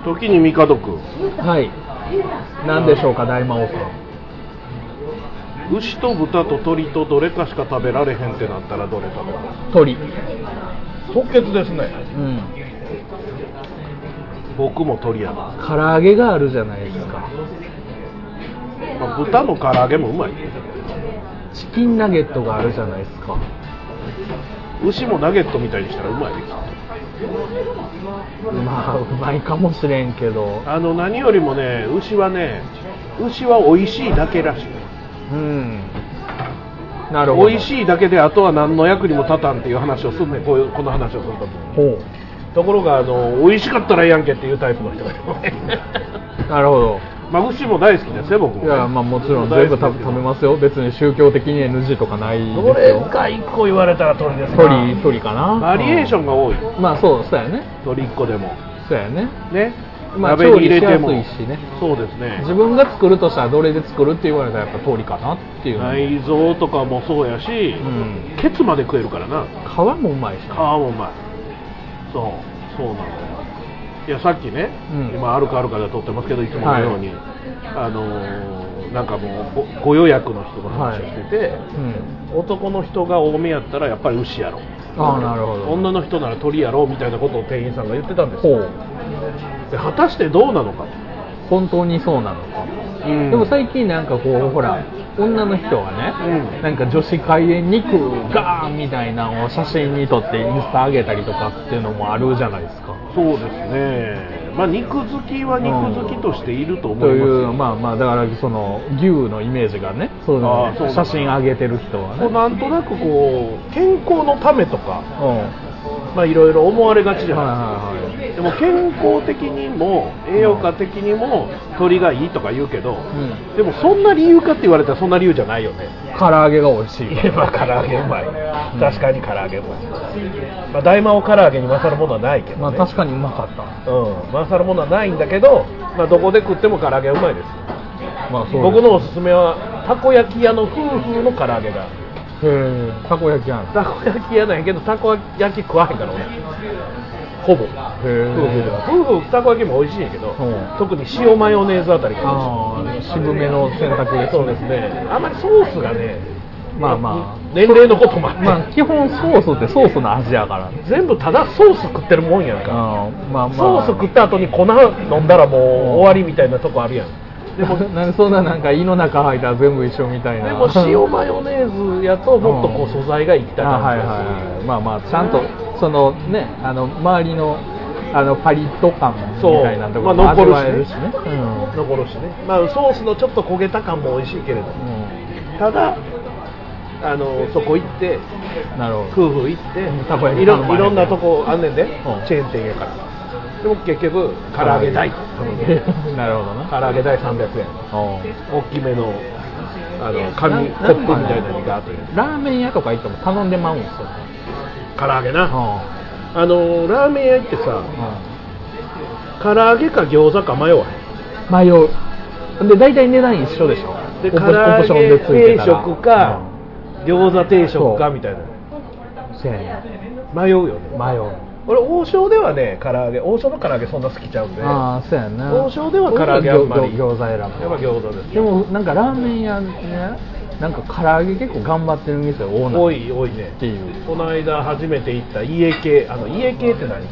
時に帝くん。 はい。何でしょうか、大魔王さん。 牛と豚と鳥とどれかしか食べられへんってなったらどれ食べる？ 鳥。 即決ですね。 うん。 僕も鳥やな。 唐揚げがあるじゃないですか。 まあ、豚の唐揚げもうまい。 チキンナゲットがあるじゃないですか。 牛もナゲットみたいにしたらうまいできっまあうまいかもしれんけど、 何よりもね、牛は美味しいだけらしい。 うん。なるほど。 美味しいだけであとは何の役にも立たんっていう話をするね。この話をすると。 ほう。 ところが美味しかったらええやんけっていうタイプの人がいるのね。 なるほど。 まあ牛も大好きですよ僕も、ね。 いやまあもちろん全部食べますよ。別に宗教的に NG とかないですよ。 どれか1個言われたら鳥ですな。 鳥かな。 バリエーションが多い。 まあそうやね。 鳥1個でも。 そうやね。 ね。 まあ、 鍋に入れても調理しやすいしね。 そうですね。 自分が作るとしたらどれで作るって言われたらやっぱ鳥かなっていう。 内臓とかもそうやし、ケツまで食えるからな。 皮もうまいし、ね。 皮もうまい。そうなのよ。いやさっきね、今アルカで撮ってますけどいつものように、なんかもうご予約の人の話をしてて、男の人が多めやったらやっぱり牛やろ。 ああなるほど。 女の人なら鳥やろみたいなことを店員さんが言ってたんですよ。で果たしてどうなのかと。 本当にそうなのか。でも最近なんかこうほら女の人がね、なんか女子会で肉ガーンみたいなのを写真に撮ってインスタ上げたりとかっていうのもあるじゃないですか。 そうですね。まあ肉好きは肉好きとしていると思いますよ。というまあだからその牛のイメージがね、そう写真上げてる人はね、 なんとなくこう健康のためとか、まあいろいろ思われがちじゃないですか。でも健康的にも栄養価的にも鳥がいいとか言うけど、でもそんな理由かって言われたらそんな理由じゃないよね。 唐揚げが美味しい。 まあ唐揚げうまい。確かに唐揚げうまい。まあ大魔王唐揚げに勝るものはないけどね。 まあ確かにうまかった。 勝るものはないんだけど、まあどこで食っても唐揚げうまいです。まあそうです。僕のおすすめはたこ焼き屋の夫婦の唐揚げが。 たこ焼き屋たこ焼き屋なんやけどたこ焼き食わへんから俺ほぼ夫婦たこ焼きも美味しいんやけど、特に塩マヨネーズあたりが美味しい。 渋めの選択ですね。 そうですね。あんまりソースがね、 まあ年齢のこともあって、 まあ基本ソースってソースの味やから、 全部ただソース食ってるもんやんか。ソース食った後に粉飲んだらもう終わりみたいなとこあるやん。 でもそんななんか胃の中入ったら全部一緒みたいな。 でも塩マヨネーズやともっとこう素材が生きた感じがする。 まあちゃんとそのね周りのパリッと感みたいなところも味わえるしね。 残るしね。まあソースのちょっと焦げた感も美味しいけれども、ただそこ行って夫婦行っていろんなとこあんねんで、チェーン店やから。でも結局唐揚げ代なるほどな。 唐揚げ代300円。大きめの紙コップみたいなのがあって、 ラーメン屋とか行っても頼んでまうんですよね。 唐揚げな。ラーメン屋行ってさ、唐揚げか餃子か迷わへん。 迷う。で大体値段一緒でしょ。 で唐揚げ定食か餃子定食かみたいな。迷うよね。 迷う。 俺王将ではね王将の唐揚げそんな好きちゃうんで。 そうやね。 王将では唐揚げあんまり餃子選ぶ。やっぱ餃子です。 でもなんかラーメン屋ね、なんか唐揚げ結構頑張ってる店多いねっていう。 この間初めて行った家系家系って何？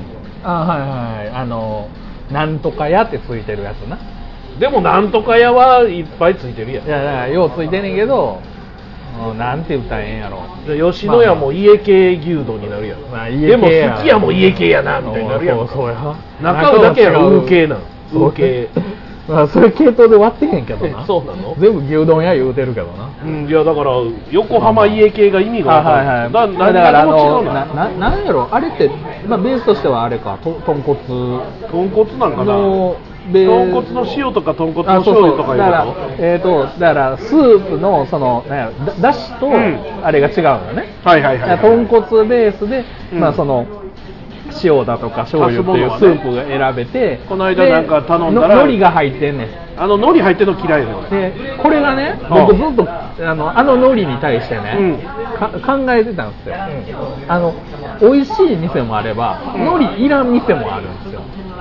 なんとか屋ってついてるやつな。 でもなんとか屋はいっぱいついてるやん。 いやだからようついてんねんけど。なんて言ったらええんやろ。 じゃあ吉野家も家系牛丼になるやん。でもすき家も家系やなみたいになるやん。 そうや。 中だけやろウー系なん。ウー系。 それ系統で割ってへんけどな。 そうなの？ 全部牛丼屋言うてるけどな。 いやだから横浜家系が意味が分からない。 だからなんやろあれってベースとしてはあれか豚骨なんかな。豚骨の塩とか豚骨の醤油とかいうこと？ だからスープのそのだしとあれが違うのよね。豚骨ベースでその塩だとか醤油っていうスープが選べて、 この間なんか頼んだら海苔が入ってんねん。 海苔入ってるの嫌いだよ。 でこれがね僕ずっと海苔に対してね考えてたんですよ。美味しい店もあれば海苔いらん店もあるんですよ。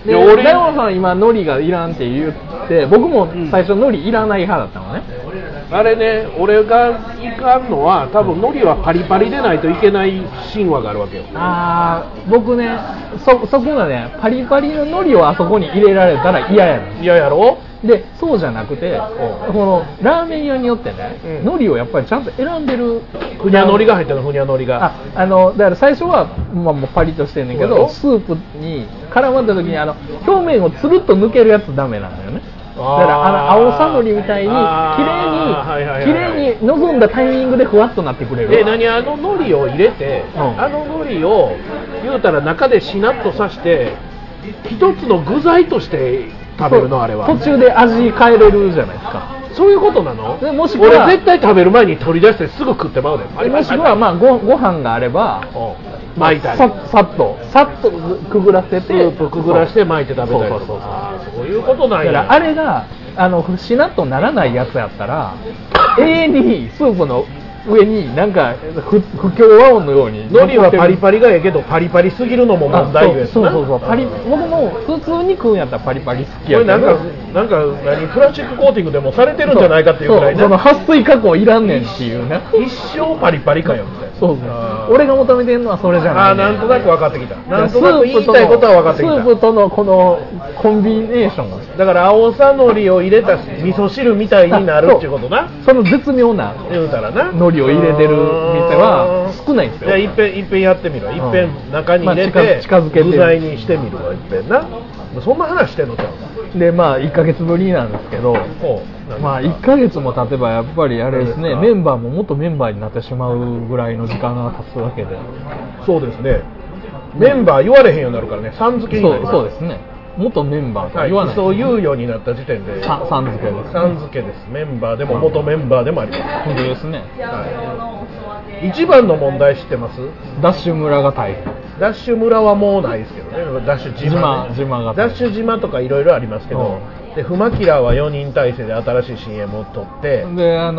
で大門さん今ノリがいらんって言って僕も最初ノリいらない派だったのね、 あれね、俺がいかんのは多分海苔はパリパリでないといけない神話があるわけよ。 僕ねそこがねパリパリの海苔をあそこに入れられたら嫌やねん。 嫌やろ。 でそうじゃなくてこのラーメン屋によってね、海苔をやっぱりちゃんと選んでる。 ふにゃ海苔が入ってるの。ふにゃ海苔がだから最初は、もうパリッとしてんねんけどスープに絡まった時に表面をつるっと抜けるやつダメなんだよね。だから青さのりみたいに綺麗に望んだタイミングでふわっとなってくれる。 海苔を入れて、海苔を言うたら中でしなっとさして一つの具材として食べるの。あれは途中で味変えれるじゃないですか。 そういうことなの？ もしくは俺絶対食べる前に取り出してすぐ食ってまうで。 もしくはご飯があれば巻いたりさっとくぐらせてスープくぐらして巻いて食べたりとか。そういうことなんや。 だからあれがしなっとならないやつやったら永遠にスープの上になんか不協和音のように。 海苔はパリパリがええけどパリパリすぎるのも問題ですな。 そう僕も普通に食うんやったらパリパリ好きやけど、 なんかプラスチックコーティングでもされてるんじゃないかっていうぐらいね。 その撥水加工いらんねんっていうね。 一生パリパリかよみたいな。 そう俺が求めてるのはそれじゃない、ね。 なんとなく分かってきた。なんとなく言いたいことは分かってきた。 スープとのこのコンビネーションだから青さのりを入れた味噌汁みたいになるっていうことな。 その絶妙な言うたらな海苔を入れてる店は少ないんですよ。 じゃあいっぺんやってみるわ。いっぺん中に入れて近づけて具材にしてみるわ。いっぺんな。そんな話してんのちゃうで1ヶ月ぶりなんですけど、1ヶ月も経てばやっぱりあれですね、メンバーも元メンバーになってしまうぐらいの時間が経つわけで。 そうですね。メンバー言われへんようになるからね。さん付けになる。 そうですね。元メンバーと言わない、 そう言うようになった時点でさん付けです、 さん付けです。メンバーでも元メンバーでもあります。 本当ですね、 一番の問題知ってます？ ダッシュ村が大変。 ダッシュ村はもうないですけどね。ダッシュ島がダッシュ島とかいろいろありますけど、でフマキラーは4人体制で新しい CM を撮って、で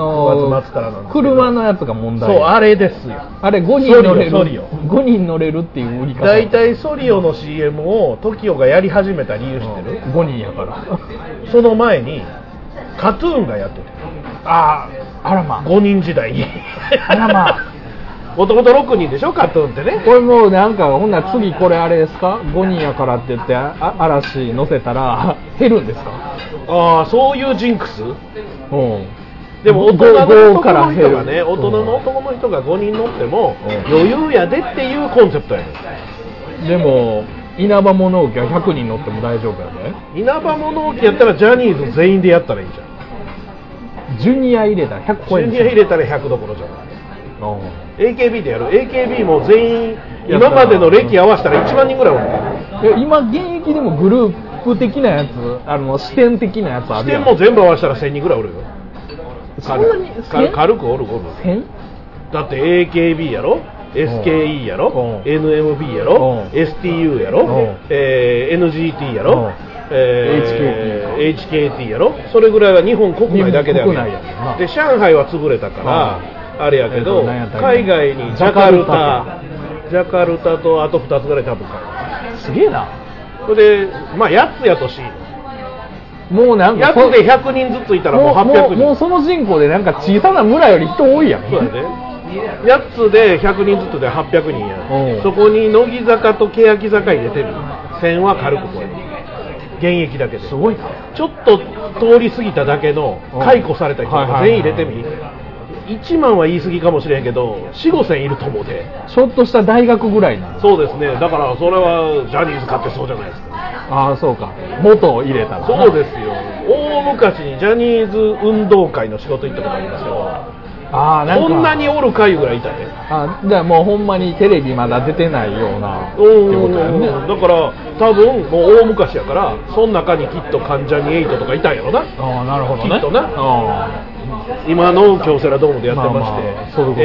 9 月末からなんですけど、 車のやつが問題。 そうあれですよ。 あれ5人乗れる。5人乗れるっていう売り方。 大体ソリオの CM を TOKIO がやり始めた理由知ってる ？5人やからその前にカトゥーンがやってて、 あらまあ 5人時代にあらまあもともと6人でしょ、カトゥーンってね。 これもうなんかほんなら次これあれですか、5人やからって言って嵐乗せたら減るんですか？ そういうジンクス。 でも大人の男の人がね、大人の男の人が5人乗っても余裕やでっていうコンセプトやねん。でも稲葉物置は100人乗っても大丈夫やね。 稲葉物置やったらジャニーズ全員でやったらいいじゃん。 ジュニア入れたら100超える。 ジュニア入れたら100どころじゃない。AKB でやる。 AKB も全員今までの歴合わせたら1万人ぐらいおる。 今現役でもグループ的なやつ、視点的なやつあるやん。 視点も全部合わせたら1000人ぐらいおるよ。 そんなに軽くおる。だって AKB やろ、SKE やろ、NMB やろ、STU やろ、NGT やろ、HKT やろ。それぐらいは日本国内だけである。で上海は潰れたからあれやけど、海外にジャカルタとあと2つぐらい多分か。 すげえな。 それで8つやとし、 もうなんか 8つで100人ずついたらもう800人。 もうその人口でなんか小さな村より人多いやん。 そうやで。8つで100人ずつで800人や。そこに乃木坂と欅坂入れてる。1000は軽く超える。現役だけで。 すごいな。 ちょっと通り過ぎただけの解雇された人とか全員入れてみ。1万は言い過ぎかもしれんけど 4,5 千いると思うで。 ちょっとした大学ぐらいなの。 そうですね。だからそれはジャニーズ買ってそうじゃないですか。 そうか。元を入れたら。 そうですよ。大昔にジャニーズ運動会の仕事行ったことありますよ。こんなにおるかいうぐらいいたね。 じゃあもうほんまにテレビまだ出てないようなってことやね。 だから多分もう大昔やから、その中にきっと関ジャニ∞とかいたんやろな。 なるほどね。 きっとな。今の京セラドームでやってまして、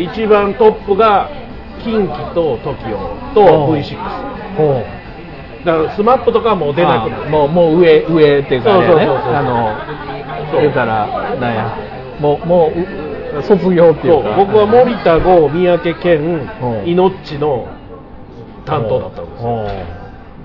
一番トップが近畿と TOKIO と V6。だからスマップとかはもう出なくなる。 もう上っていうかね。出たらなんや。もう卒業っていうか。 僕は森田剛、三宅健、イノッチの担当だったんですよ。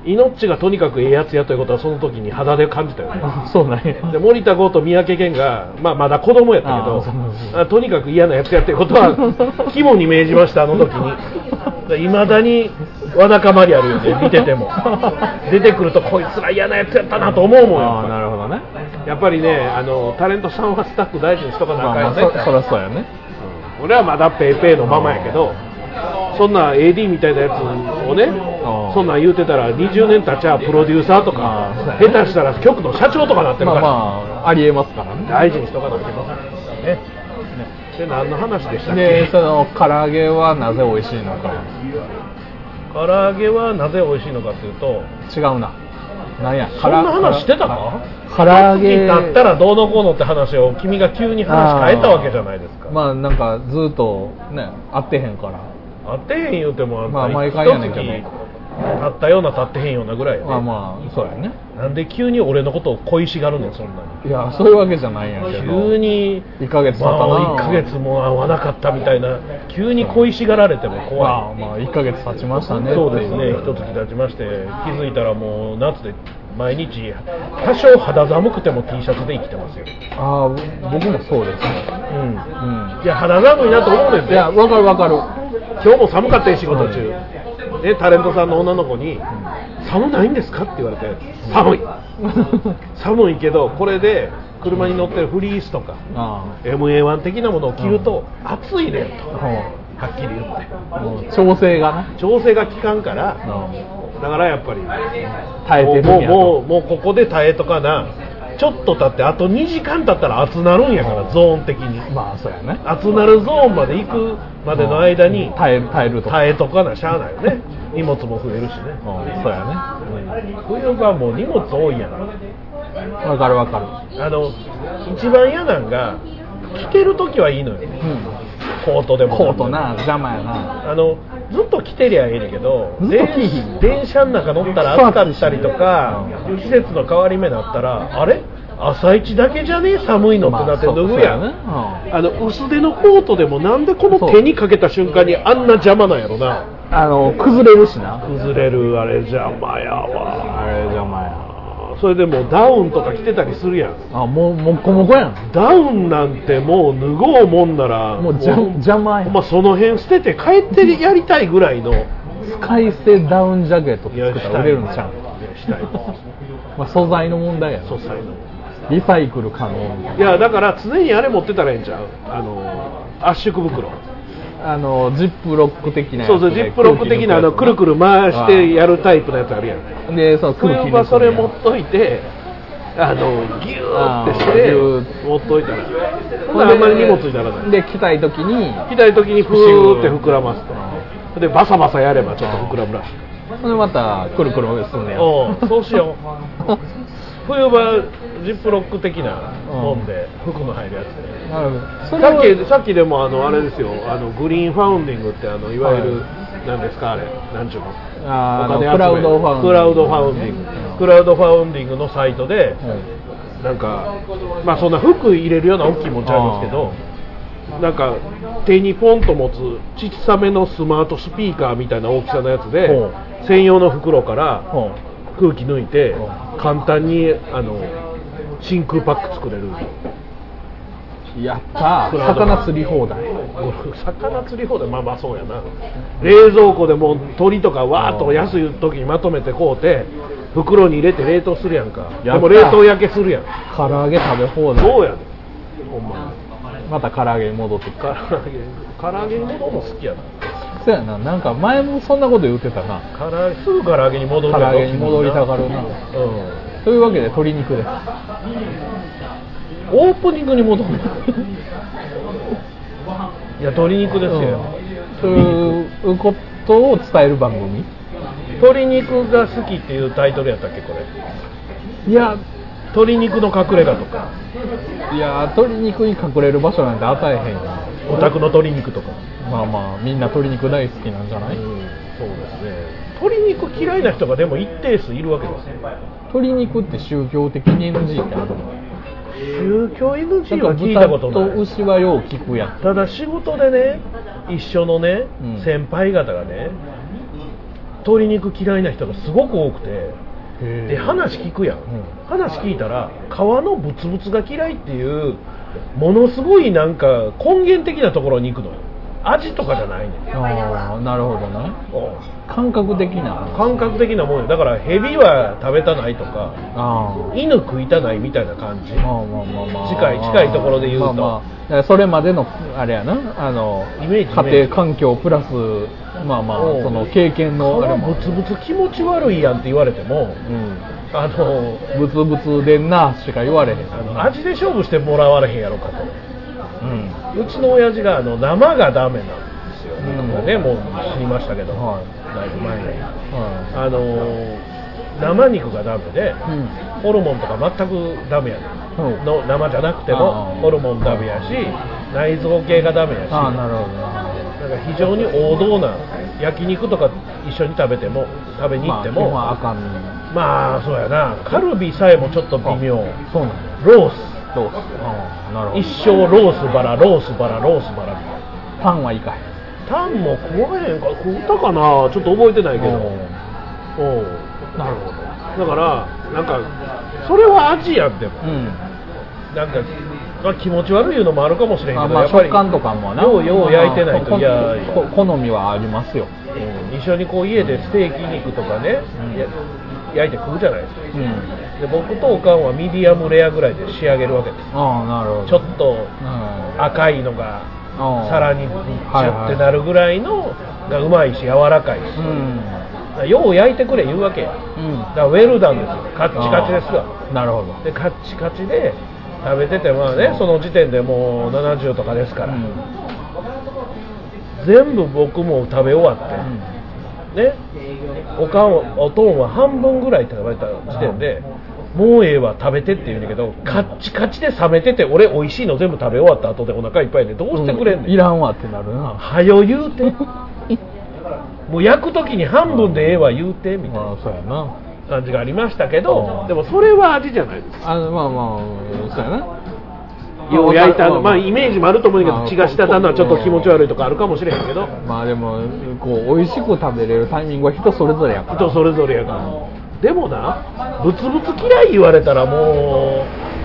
命がとにかくええやつやということはその時に肌で感じたよね。 そうなんや。 で森田剛と三宅健が、まだ子供やったけど、とにかく嫌なやつやっていうことは肝に銘じました。あの時にいまだにわだかまりあるよね。見てても出てくるとこいつら嫌なやつやったなと思うもん。 なるほどね。 やっぱりね、タレントさんはスタッフ大事にしとかなあかんよね。 そりゃそうやね。 俺はまだペーペーのままやけど、そんな AD みたいなやつをね、そんなん言うてたら20年経っちゃプロデューサーとか、下手したら局の社長とかなってるから、 ありえますからね。 大事にしとかなきゃいけませんね。で何の話でしたっけ？ で、その唐揚げはなぜ美味しいのか。 唐揚げはなぜ美味しいのかというと、 違うな。なんや。 そんな話してたか？ 唐揚げだったらどうのこうのって話を君が急に話変えたわけじゃないですか。 まあなんかずっとね会ってへんから。 会ってへん言うても毎回やねんけど。 立ったような立ってへんようなぐらいやね。 まあそうやね。 なんで急に俺のことを恋しがるねんそんなに。 いやそういうわけじゃないんやけど。 急に 1ヶ月経ったな。 1ヶ月も会わなかったみたいな。急に恋しがられても怖い。 まあ1ヶ月経ちましたね。 そうですね。一月経ちまして気づいたらもう夏で毎日多少肌寒くても T シャツで生きてますよ。 僕もそうですね。 いや肌寒いなと思うんですよ。 いやわかるわかる。 今日も寒かったよ仕事中。でタレントさんの女の子に寒ないんですかって言われて、寒い寒いけどこれで車に乗ってるフリースとか MA1 的なものを着ると暑いねんとはっきり言って、 調整が効かんから、だからやっぱり耐えてるんやと。 もうここで耐えとかな。ちょっと経ってあと2時間経ったら暑なるんやからゾーン的に。 まあそうやね。 暑なるゾーンまで行くまでの間に耐えとかなしゃあないよね。荷物も増えるしね。 そうやね。 冬場もう荷物多いやん。 わかる。 一番嫌なんが着てる時はいいのよ。コートでも。 コートな邪魔やな。 ずっと着てりゃいいねんけど、電車の中乗ったら暑かったりとか、季節の変わり目になったら、あれ朝一だけじゃねえ寒いのってなって脱ぐやん。薄手のコートでもなんでこの手にかけた瞬間にあんな邪魔なんやろな。 崩れるしな。 崩れる、あれ邪魔やわ。 あれ邪魔や。 それでもうダウンとか着てたりするやん。 もうもっこもこやん。 ダウンなんてもう脱ごうもんならもう邪魔やん。 その辺捨てて帰ってやりたいぐらいの使い捨てダウンジャケット作ったら売れるんちゃう？ したい素材の問題やろ。 素材のリサイクル可能。 いやだから常にあれ持ってたらええんちゃう？圧縮袋。 ジップロック的なやつ。 そうジップロック的なくるくる回してやるタイプのやつあるやん。 でそう冬場それ持っといてギューってして持っといたらあんまり荷物にならない。 で着たい時にふーって膨らますと。でバサバサやればちょっと膨らむらしい。 でまたくるくるすんねや。 そうしよう。冬場ジップロック的なもんで服の入るやつで、さっきでもあれですよ、グリーンファウンディングっていわゆる何ですかあれなんちゅうのクラウドファウンディングのサイトで、なんかそんな服入れるような大きいもんちゃいますけど、なんか手にポンと持つ小さめのスマートスピーカーみたいな大きさのやつで専用の袋から空気抜いて簡単に真空パック作れる。 やったー。魚釣り放題。 まあそうやな。冷蔵庫でも鳥とかわーっと安い時にまとめて買うて袋に入れて冷凍するやんか。でも冷凍焼けするやん。 唐揚げ食べ放題。 そうやねんほんまに。 また唐揚げに戻って唐揚げに戻るの好きやな。 そうやな。なんか前もそんなこと言ってたな。 すぐ唐揚げに戻る。 唐揚げに戻りたがるな。というわけで鶏肉です。 オープニングに戻る。いや鶏肉ですよ。 そういうことを伝える番組。 鶏肉が好きっていうタイトルやったっけこれ。 いや鶏肉の隠れ家とか。 いや鶏肉に隠れる場所なんて与えへんよ。 お宅の鶏肉とか。 みんな鶏肉大好きなんじゃない？ そうですね。鶏肉嫌いな人がでも一定数いるわけですよ。 鶏肉って宗教的に NG ってあるの？ 宗教 NG は聞いたことない。 豚と牛はよう聞くやん。 ただ仕事でね一緒のね、先輩方がね鶏肉嫌いな人がすごく多くて、で話聞くやん、話聞いたら皮のブツブツが嫌いっていうものすごいなんか根源的なところに行くのよ。味とかじゃないねん。 ああ、なるほどね。感覚的なもんよ。だからヘビは食べたないとか、犬食いたないみたいな感じ。近いところで言うと、 だからそれまでのあれやな、 イメージ家庭環境プラスその経験のあれもブツブツ気持ち悪いやんって言われても、 ブツブツでんなしか言われへん。 味で勝負してもらわれへんやろかと。うちの親父が生がダメなんですよ、ね、もう死にましたけど、だいぶ前に、生肉がダメで、ホルモンとか全くダメやねん、生じゃなくてもホルモンダメやし、内臓系がダメやし、 なるほど、 なんか非常に王道な焼肉とか一緒に食べに行っても、 あかん。 まあそうやな、カルビさえもちょっと微妙。 そうなんロースなるほど。 一生ロースバラみたいな。 タンはいいかい。 タンも食わへんか、食ったかな、ちょっと覚えてないけど。 なるほど。だからなんかそれはアジアでも、なんか、気持ち悪いのもあるかもしれんけど、やっぱり食感とかもな、 よう焼いてないと好みはありますよ。 一緒にこう家でステーキ肉とかね、焼いて食うじゃないですか、で僕とおかんはミディアムレアぐらいで仕上げるわけです。 なるほど。 ちょっと赤いのが皿にチュってなるぐらいのがうまいし柔らかいし、よう焼いてくれ言うわけや、だからウェルダンですよ、カッチカチですわ。 なるほど。 でカッチカチで食べてて、その時点でもう70とかですから、全部僕も食べ終わって、ね、おとんは半分ぐらい食べた時点で、もうええわ食べてって言うんだけど、カッチカチで冷めてて、俺美味しいの全部食べ終わった後でお腹いっぱいでどうしてくれんねん、 いらんわってなるな。 はよ言うてもう焼く時に半分でええわ言うてみたいな感じがありましたけど、でもそれは味じゃないですか。 そうやな。 よう焼いたイメージもあると思うけど、血が滴るのはちょっと気持ち悪いとかあるかもしれへんけど、 でもこう美味しく食べれるタイミングは人それぞれやから。 でもな、ブツブツ嫌い言われたらもう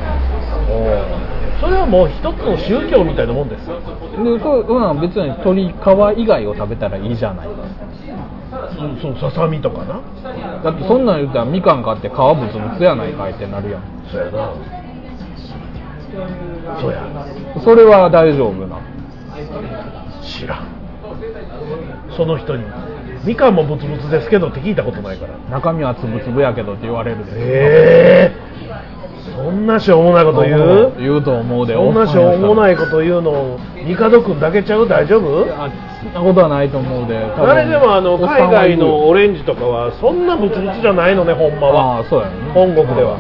それはもう一つの宗教みたいなもんです。で別に鶏皮以外を食べたらいいじゃないか。 そうささみとかな。 だってそんなん言ったらみかん買って皮ブツブツやないかいってなるやん。 そうやな。そうや。 それは大丈夫な。 知らん。その人にみかんもブツブツですけどって聞いたことないから。 中身はつぶつぶやけどって言われるで。 そんなしょうもないこと言うと思うで。 そんなしょうもないこと言うのミカド君だけちゃう？大丈夫？ そんなことはないと思うで。 誰でも海外のオレンジとかはそんなブツブツじゃないのね、ほんまは。 そうやね。 本国では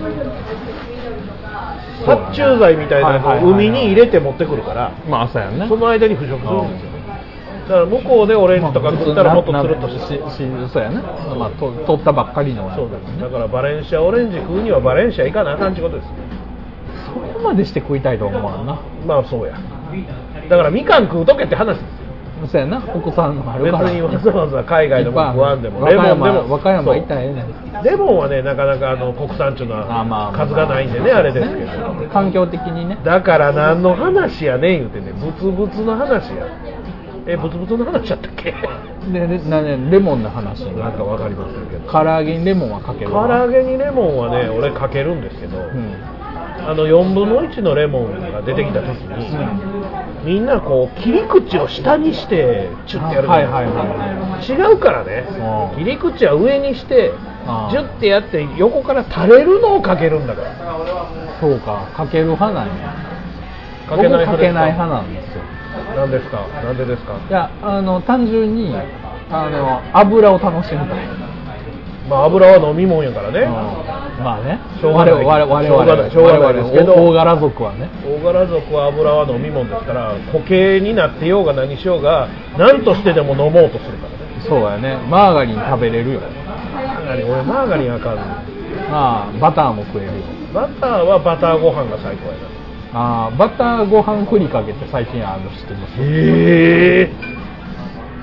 殺虫剤みたいなのを海に入れて持ってくるから、 そうやね。 その間に腐食するんですよ。だから向こうでオレンジとか食ったらもっとつるっとしてそうやね。取ったばっかりの。 そうです。だからバレンシアオレンジ食うにはバレンシア行かなあかんちゅうことです。 そこまでして食いたいと思うな。 そうや。だからみかん食うとけって話ですよ。 そうやな、お子さんのあるから。 別にわざわざ海外のもん食わんでも、レモンでも和歌山行ったらええねん。 レモンはね、なかなか国産っていうのは数がないんでね、あれですけど、 環境的にね。 だから何の話やねん言うてね、ブツブツの話や。ブツブツの話やったっけ？ レモンの話なんかわかりませんけど、 唐揚げにレモンはかける。 唐揚げにレモンはね、俺かけるんですけど、4分の1のレモンが出てきた時に、みんなこう切り口を下にしてチュッてやるから違うからね。切り口は上にしてジュッてやって横から垂れるのをかけるんだから。 そうか、かける派なんや。 かけない派なんですよ。 なんですか？なんでですか？ いや、単純に油を楽しみたい。 油は飲み物やからね。 ね。 我々ですけど、 大柄族はね。 大柄族は油は飲み物ですから、固形になってようが何しようが何としてでも飲もうとするからね。 そうやね。マーガリン食べれるよ。 俺マーガリンあかんね。 バターも食えるよ。 バターはバターご飯が最高やな。 バターご飯ふりかけって最近知ってます？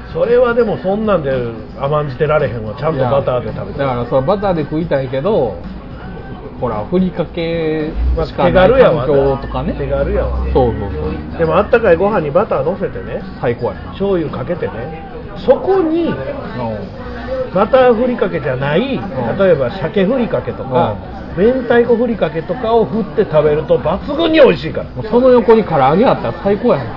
それはでもそんなんで甘んじてられへんわ。ちゃんとバターで食べて。 だからそのバターで食いたいけど、ほらふりかけしか手ない軽やわ環境とかね。 手軽やわ。 そうそうそう。 でもあったかいご飯にバター乗せてね、 最高やな。 醤油かけてね、そこにバターふりかけじゃない、例えば鮭ふりかけとか、明太子ふりかけとかを振って食べると抜群に美味しいから。 もうその横に唐揚げあったら最高やな。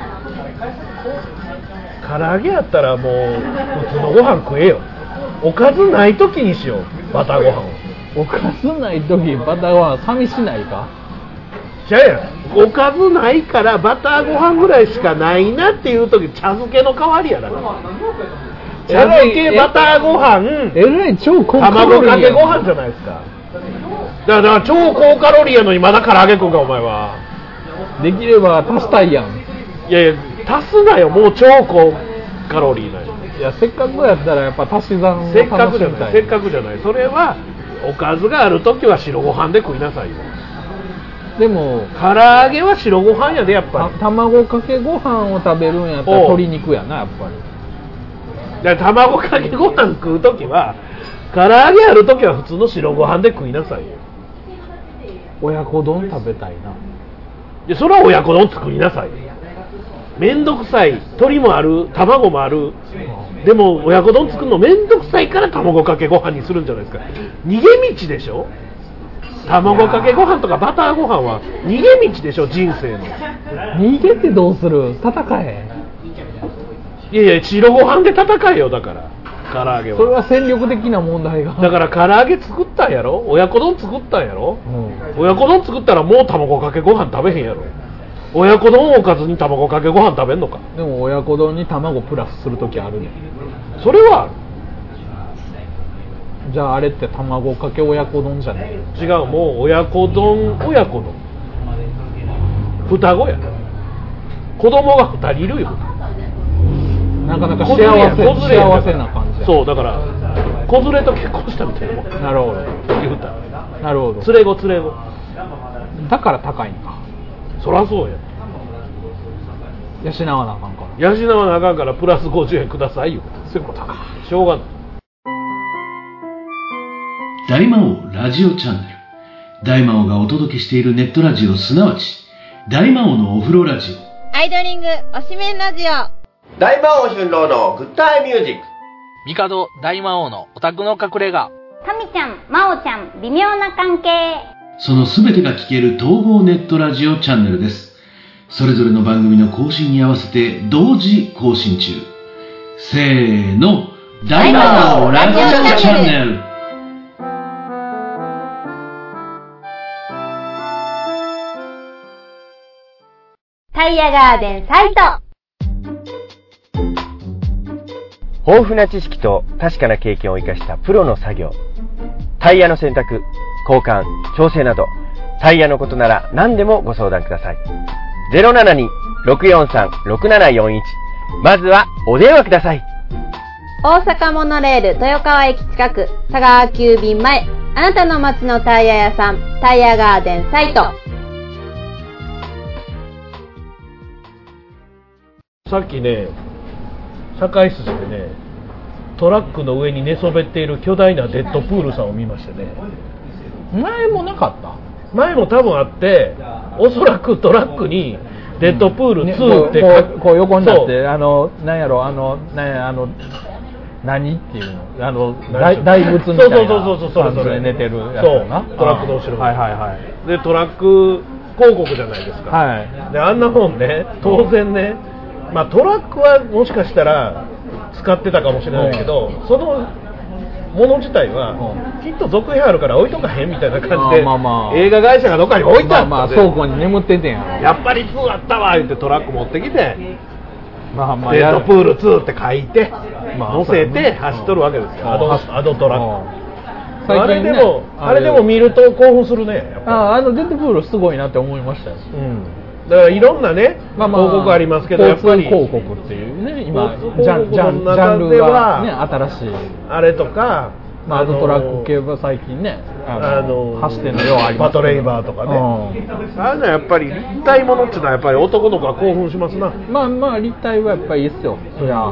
唐揚げやったらもう普通のご飯食えよ。おかずない時にしよう、バターご飯を。 おかずない時バターご飯寂しないか。 じゃあやおかずないからバターご飯ぐらいしかないなっていう時、茶漬けの代わりやだから。茶漬けバターご飯、 えらい超高カロリー卵かけご飯じゃないですか。だから超高カロリーやのにまだ唐揚げ食うかお前は。 できれば足したいやん。 いやいや足すなよ、もう超高カロリーなんよ。 いやせっかくやったらやっぱ足し算を楽しみたい。 せっかくじゃない、せっかくじゃない。それはおかずがある時は白ご飯で食いなさいよ。 でも唐揚げは白ご飯やでやっぱり。 卵かけご飯を食べるんやったら鶏肉やなやっぱり。 だから卵かけご飯食う時は唐揚げある時は普通の白ご飯で食いなさいよ。 親子丼食べたいな。 でそれは親子丼作りなさいよ。めんどくさい、鶏もある、卵もある、でも親子丼作るのめんどくさいから卵かけご飯にするんじゃないですか。逃げ道でしょ。卵かけご飯とかバターご飯は逃げ道でしょ、人生の。 逃げてどうする、戦え。 いやいや白ご飯で戦えよ。だから唐揚げはそれは戦力的な問題が。 だから唐揚げ作ったんやろ、親子丼作ったんやろ、 うん、 親子丼作ったらもう卵かけご飯食べへんやろ。親子丼をおかずに卵かけご飯食べんのか。 でも親子丼に卵プラスするときあるね。 それはある。 じゃああれって卵かけ親子丼じゃない。 違う、もう親子丼親子丼双子や。子供が2人いるよ。 なかなか幸せな感じや。 そうだから子連れと結婚したみたいなもん。 なるほど。 言うたらなるほど。 連れ子連れ子だから高いんか。 そりゃそうや。 養わなあかんから。 養わなあかんからプラス50円くださいよ。 そういうことか。 しょうがない。 大魔王ラジオチャンネル。大魔王がお届けしているネットラジオ、すなわち大魔王のお風呂ラジオ。 アイドリングおしめんラジオ。 大魔王春郎のグッタイミュージック。 帝大魔王のオタクの隠れ家。 タミちゃん、マオちゃん、微妙な関係。 そのすべてが聞ける統合ネットラジオチャンネルです。それぞれの番組の更新に合わせて同時更新中。せーの、大魔王ラジオチャンネル。 タイヤガーデンサイト。 豊富な知識と確かな経験を生かしたプロの作業。タイヤの選択、交換、調整など、タイヤのことなら何でもご相談ください。072-643-6741。まずはお電話ください。 大阪モノレール豊川駅近く、佐川急便前。あなたの街のタイヤ屋さん、タイヤガーデンサイト。 さっきね、堺筋でね、トラックの上に寝そべっている巨大なデッドプールさんを見ましてね。 前もなかった。 前も多分あって、おそらくトラックにデッドプール2って、 こう横になって、なんやろ、何っていうの、大仏みたいな感じで寝てるやつやな。 トラックの後ろに。 はいはいはい。 でトラック広告じゃないですか。 はい。 であんなもんね、当然ね、まあトラックはもしかしたら使ってたかもしれないけど、そのもの自体はきっと続編あるから置いとかへんみたいな感じで、映画会社がどっかに置いてあったんで、 倉庫に眠っててんやろ。 やっぱり2あったわ言ってトラック持ってきて、デッドプール2って書いて、乗せて走っとるわけですよ。アドトラック。あれでも見ると興奮するね。やっぱデッドプールすごいなって思いましたよ。 だからいろんなね、広告ありますけど、やっぱり交通広告っていうね、今ジャンルがね、新しいあれとか、 あとトラック系は最近ね、走ってんのようあります。 パトレイバーとかね、あれはやっぱり立体ものっていうのはやっぱり男の子は興奮しますな。 まあ立体はやっぱりいいっすよ。そりゃ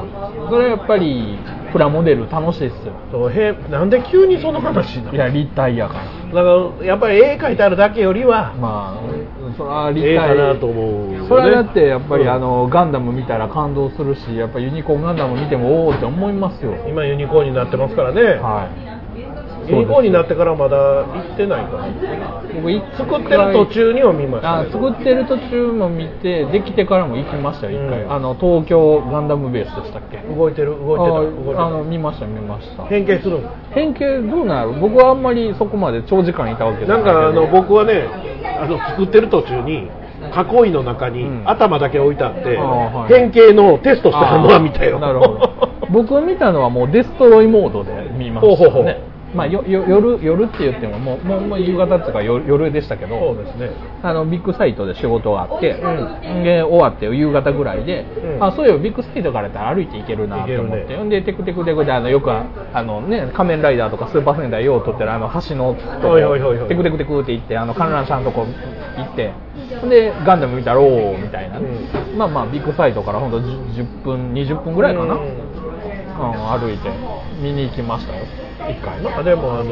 それはやっぱりプラモデル楽しいですよ。 そうなんで急にその話になる？ いや立体やから。 だからやっぱり絵描いてあるだけよりはまあそれは立絵体かなと思うよね。 それはだってやっぱり、 うん、 ガンダム見たら感動するし、やっぱユニコーンガンダム見てもおおって思いますよ。 今ユニコーンになってますからね。 はい。 ユニコーンになってからまだ行ってないから。 僕作ってる途中には見ましたね。 作ってる途中も見て、できてからも行きましたよ、一回。東京ガンダムベースでしたっけ？ 動いてた。 見ました。 変形するの？ 変形どうなる？僕はあんまりそこまで長時間いたわけじゃないけど。 なんか僕はね、作ってる途中に囲いの中に頭だけ置いてあって、変形のテストしてるのは見たよ。 なるほど。僕が見たのはもうデストロイモードで見ましたね。まあ、夜って言ってももう夕方っていうか夜でしたけど、 そうですね、 ビッグサイトで仕事があって、で終わって夕方ぐらいで、そういえばビッグサイトからやったら歩いて行けるなと思って、でテクでよく仮面ライダーとかスーパー戦隊よう撮ってる橋のとこテクって行って観覧車のとこ行って、でガンダム見たらおおみたいな、まあビッグサイトからほんと10分20分ぐらいかな、歩いて見に行きましたよ一回。 なんかでも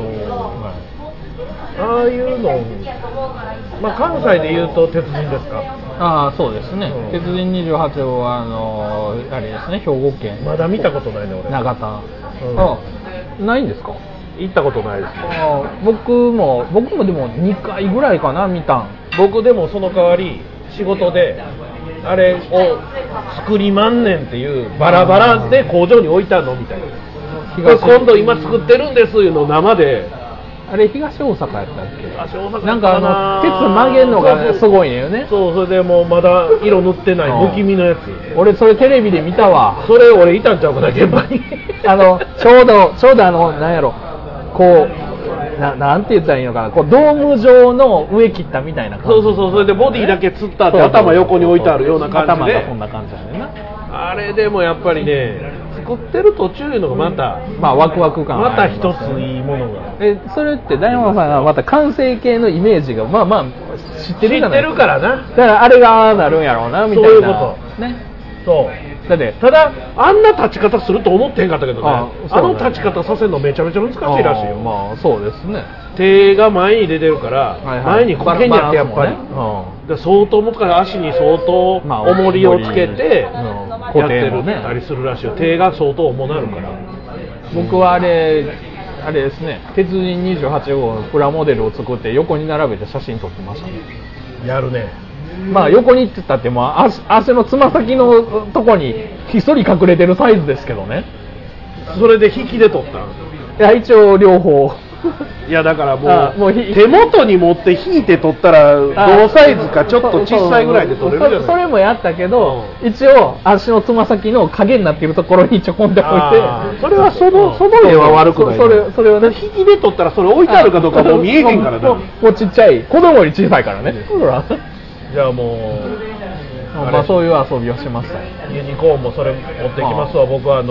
ああいうの、まあ、関西でいうと鉄人ですか？ ああそうですね、鉄人28号はあれですね、兵庫県。 まだ見たことないね俺。 長田、ないんですか？ 行ったことないですね。 僕もでも2回ぐらいかな見たん。 僕でもその代わり仕事であれを作りまんねんっていうバラバラで工場に置いたのみたいな、今度今作ってるんですいうのを生で。 あれ東大阪やったっけ？ 東大阪なんか鉄曲げるのがすごいねよね。 そう、それでもうまだ色塗ってない不気味のやつ。 俺それテレビで見たわ。 それ俺いたんちゃうかな現場に。 ちょうどなんやろ、こうなんて言ったらいいのかな、こうドーム状の上切ったみたいな感じ。 そうそれでボディだけつったって頭横に置いてあるような感じで。 頭がこんな感じだねんな。 あれでもやっぱりね、作ってる途中いうのがまた、 ワクワク感また一ついいものが。 それって大山さんがまた完成形のイメージがまあ知ってるじゃないですか。 知ってるからな。 だからあれがなるんやろうなみたいな。 そういうことね。 そうだってただあんな立ち方すると思ってへんかったけどね。あの立ち方させるのめちゃめちゃ難しいらしいよ。 まあそうですね。 手が前に出てるから、前にこけんやってやっぱり、相当難しい。足に相当重りをつけてやってるたりするらしいよ。手が相当重なるから。 僕はあれですね、鉄人28号のプラモデルを作って横に並べて写真撮ってましたね。 やるね。 まあ横にって言ったって足のつま先のとこにひっそり隠れてるサイズですけどね。 それで引きで撮ったん？ いや一応両方。 いやだからもう手元に持って引いて撮ったら同サイズかちょっと小さいぐらいで撮れるじゃない。 それもやったけど、一応足のつま先の影になっているところにちょこんで置いて、 それはその絵は悪くない。 それをね、 引きで撮ったらそれ置いてあるかどうかもう見えへんからな。 もうちっちゃい、子供より小さいからね。 じゃあもうそういう遊びをしましたね。 ユニコーンもそれ持ってきますわ。僕は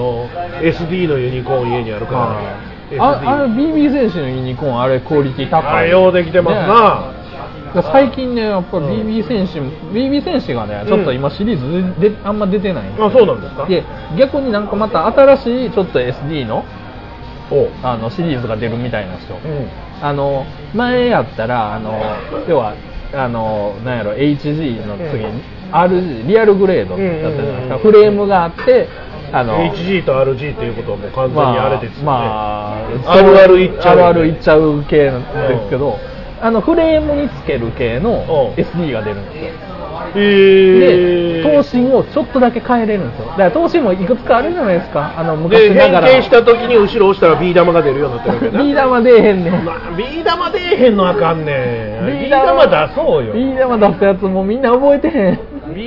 SD のユニコーン家にあるから。 あれ BB 戦士のユニコーン、あれクオリティ高い。 あれようできてますな。 最近ねやっぱり BB 戦士がねちょっと今シリーズであんま出てないんですよ。 あ、そうなんですか。 で逆になんかまた新しいちょっと SD のシリーズが出るみたいなんですよ。前やったら要はなんやろ HG の次に RG リアルグレードだったじゃないですか。フレームがあって HG と RG っていうことはもう完全にあれですよね。 あるあるいっちゃう系なんですけど、フレームにつける系の SD が出るんですよ。で頭身をちょっとだけ変えれるんですよ。だから頭身もいくつかあるじゃないですか。昔ながら変形した時に後ろ押したらビー玉が出るようになってるわけだ。 ビー玉出えへんねん。 ビー玉出えへんのあかんねん。ビー玉出そうよ。 ビー玉出すやつもみんな覚えてへん。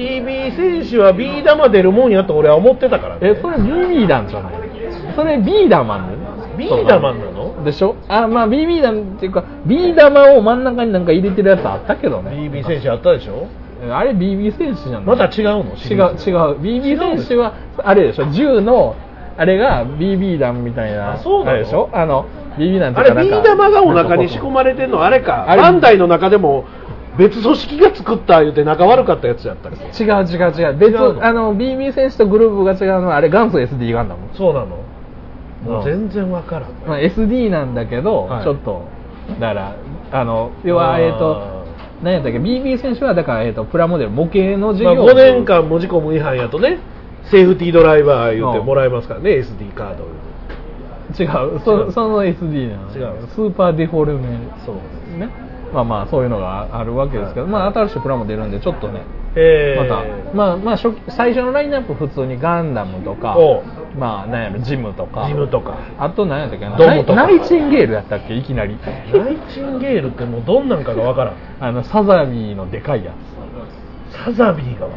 BB 戦士はビー玉出るもんやと俺は思ってたからね。 それ BB 弾じゃない。それビー玉なの。 ビー玉なのでしょ。まあ BB 弾っていうかビー玉を真ん中になんか入れてるやつあったけどね。 BB 戦士あったでしょ。 あれ BB 戦士なんだ。 また違うの？ 違う BB 戦士はあれでしょ。銃のあれが BB 弾みたいな。 そうなの？ あれでしょ。BB 弾ってあれビー玉がお腹に仕込まれてんのあれか。バンダイの中でも別組織が作った言うて仲悪かったやつやったっけ？ 違う別BB 戦士とグループが違うのはあれ元祖 SD ガンダム。 そうなの？もう全然わからん。 まあ、SD なんだけど、はい、ちょっとだから要は何やったっけ BB 選手はだからプラモデル模型の授業、 5年間文字込む違反やとねセーフティードライバー言ってもらえますからね、SD カード。 違う、その SD なの。違う、スーパーデフォルメ。そうね。まあそういうのがあるわけですけど、まあ新しいプラモ出るんでちょっとね、また最初のラインナップ普通にガンダムとか、まあなんやろジムとか、あと何やったっけな、ナイチンゲールやったっけ、いきなり。 ナイチンゲールってもうどんなんかがわからん。 サザビーのでかいやつ。サザビーがわ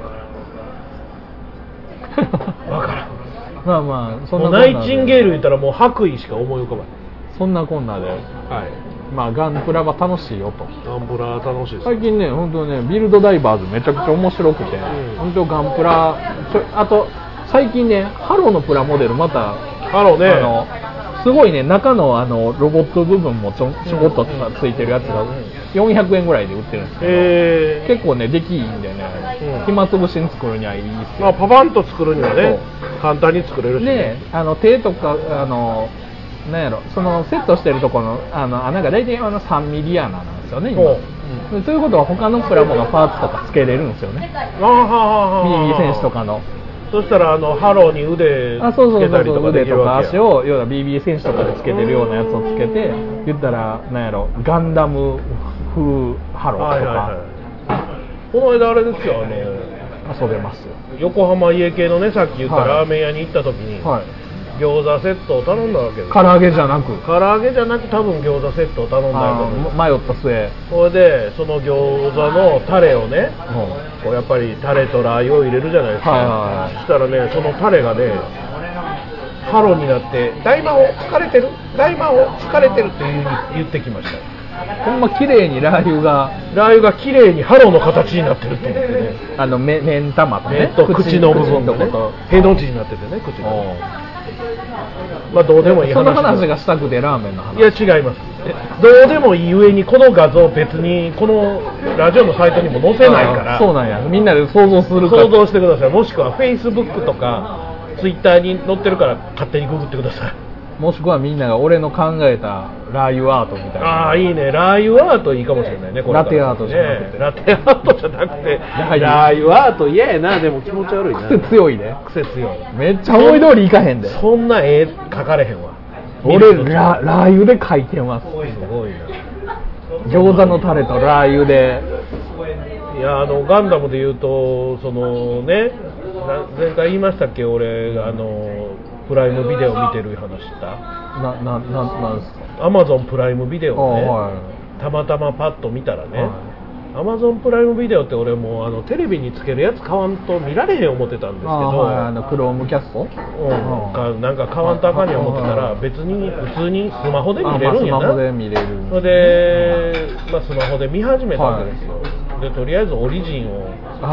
からん。わからん。 まあそんなナイチンゲール言ったらもう白衣しか思い浮かばない。 そんなこんなで、はい。まあガンプラは楽しいよと。 ガンプラ楽しいです。 最近ね、本当ね、ビルドダイバーズめちゃくちゃ面白くて、本当ガンプラ、あと最近ね、ハローのプラモデルまた、 ハローね、 すごいね、中のロボット部分もちょこっとついてるやつが400円ぐらいで売ってるんですけど、結構ね、出来いいんでね、暇つぶしに作るにはいいですよ。 パパンと作るにはね、簡単に作れるしね。 手とかなんやろ、そのセットしてるところの穴が大体3ミリ穴なんですよね、今。そういうことは他のプラモのパーツとかつけれるんですよね。BB 戦士とかの。 そしたらハローに腕つけたりとかできるわけや。 腕とか足を要は BB 戦士とかでつけてるようなやつをつけて、言ったらなんやろ、ガンダム風ハローとか。 この間あれですよ、 遊べますよ。 横浜家系のね、さっき言ったラーメン屋に行った時に、餃子セットを頼んだわけです。 唐揚げじゃなく多分餃子セットを頼んだんだと思う。 迷った末、 それでその餃子のタレをね、こうやっぱりタレとラー油を入れるじゃないですか。そしたらね、そのタレがね、ハロになって大魔王疲れてるって言ってきました。 ほんま綺麗にラー油が綺麗にハロの形になってると思ってね。 目ん玉とね、 口の部分とね、への字になっててね、口の。まあどうでもいい話。 その話がしたくてラーメンの話。 いや違います。どうでもいい上にこの画像別にこのラジオのサイトにも載せないから。 そうなんや。みんなで想像するか。 想像してください。もしくは Facebook とか Twitter に載ってるから勝手にググってください。 もしくはみんなが俺の考えたラー油アートみたいな。 ああいいね、ラー油アートいいかもしれないね。これラテアートじゃなくて、 ラテアートじゃなくてラー油アート嫌やな。でも気持ち悪いな。 癖強いね。 癖強い。 めっちゃ思い通りいかへんで。 そんな絵描かれへんわ。 俺ラー油で描いてます。すごいな。餃子のタレとラー油で。 いやガンダムで言うとそのね、前回言いましたっけ、俺プライムビデオ見てる話した。 なんですか。 アマゾンプライムビデオをね、たまたまパッと見たらね、アマゾンプライムビデオって俺もテレビにつけるやつ買わんと見られへん思ってたんですけど、 クロームキャストなんか買わんとあかんに思ってたら、別に普通にスマホで見れるんやな。 スマホで見れる。 それで、スマホで見始めたわけですよ。でとりあえずオリジンを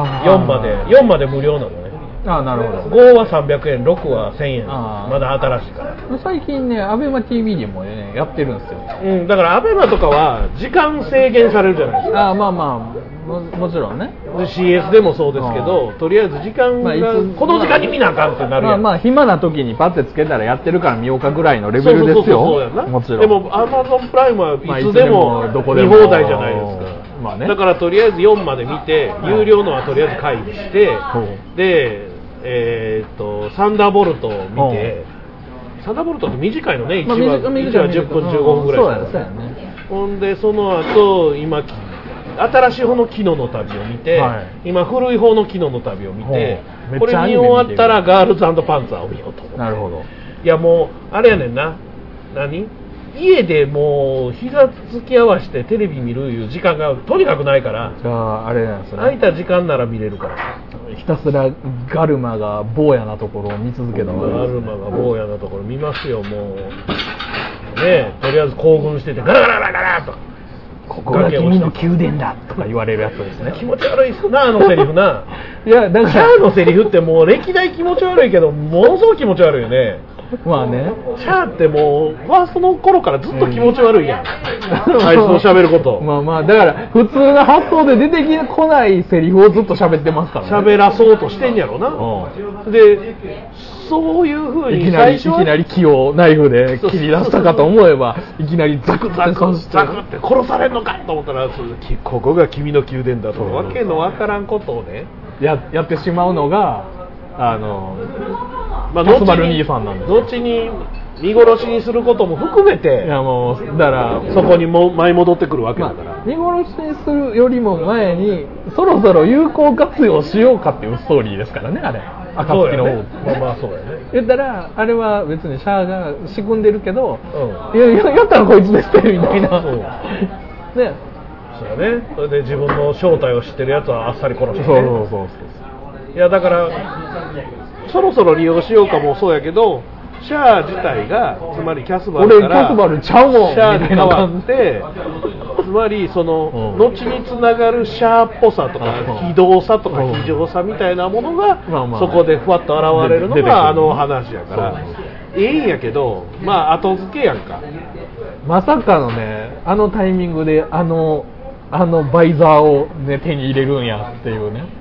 4まで無料なのね。 なるほど。 5は300円、6は1000円。まだ新しいから。 最近ね、アベマ TV でもね、やってるんですよ。 だからアベマとかは時間制限されるじゃないですか。 もちろんね。 CS でもそうですけど、とりあえず時間がこの時間に見なあかんってなるやん。 暇な時にパッてつけたらやってるから見ようかぐらいのレベルですよ。もちろん。 でもアマゾンプライムはいつでも見放題じゃないですか。だからとりあえず4まで見て、有料のはとりあえず回避して、でサンダーボルトを見て、サンダーボルトって短いのね、1話10分15分ぐらいですから、ほんでその後今新しい方のキノの旅を見て、今古い方のキノの旅を見て、これ見終わったらガールズ&パンツァーを見ようと思って。 なるほど。 いやもうあれやねんな、家でもう膝つき合わせてテレビ見るいう時間がとにかくないから、 あれなんですね、 空いた時間なら見れるから、 ひたすらガルマが坊やなところを見続けた。 ガルマが坊やなところ見ますよ。もうね、とりあえず興奮しててガラガラガラガラと、 ここが君の宮殿だとか言われるやつですね。 気持ち悪いっすな、セリフな。 いやだからキャーのセリフってもう歴代気持ち悪いけど、ものすごく気持ち悪いよね。 まあね、 シャーってもうファーストの頃からずっと気持ち悪いやん、あいつの喋ることまあまあだから普通の発想で出てこないセリフをずっと喋ってますからね。 喋らそうとしてんやろな、でそういう風にいきなり木をナイフで切り出したかと思えばいきなりザクザクザクって殺されんのかと思ったら、ここが君の宮殿だとわけのわからんことをねやってしまうのがまあ後に見殺しにすることも含めて、 いやもうだからそこにも舞い戻ってくるわけだから、 見殺しにするよりも前にそろそろ有効活用しようかっていうストーリーですからね、あれ暁の方、 ね、まあそうやね。 言ったらあれは別にシャアが仕組んでるけど、いやったらこいつでしてるみたいな、ね、 そうやね。それで自分の正体を知ってるやつはあっさり殺して、ね、 そういやだからそろそろ利用しようかもそうやけど、シャア自体がつまりキャスバルから俺キャスバルちゃうもんシャアに変わって、つまりその、後につながるシャアっぽさとか非道さとか非常さみたいなものが、そこでふわっと現れるのがあの話やから、いいんやけど、まあ後付けやんか。 まさかのね、あのタイミングであのバイザーを、ね、手に入れるんやっていうね。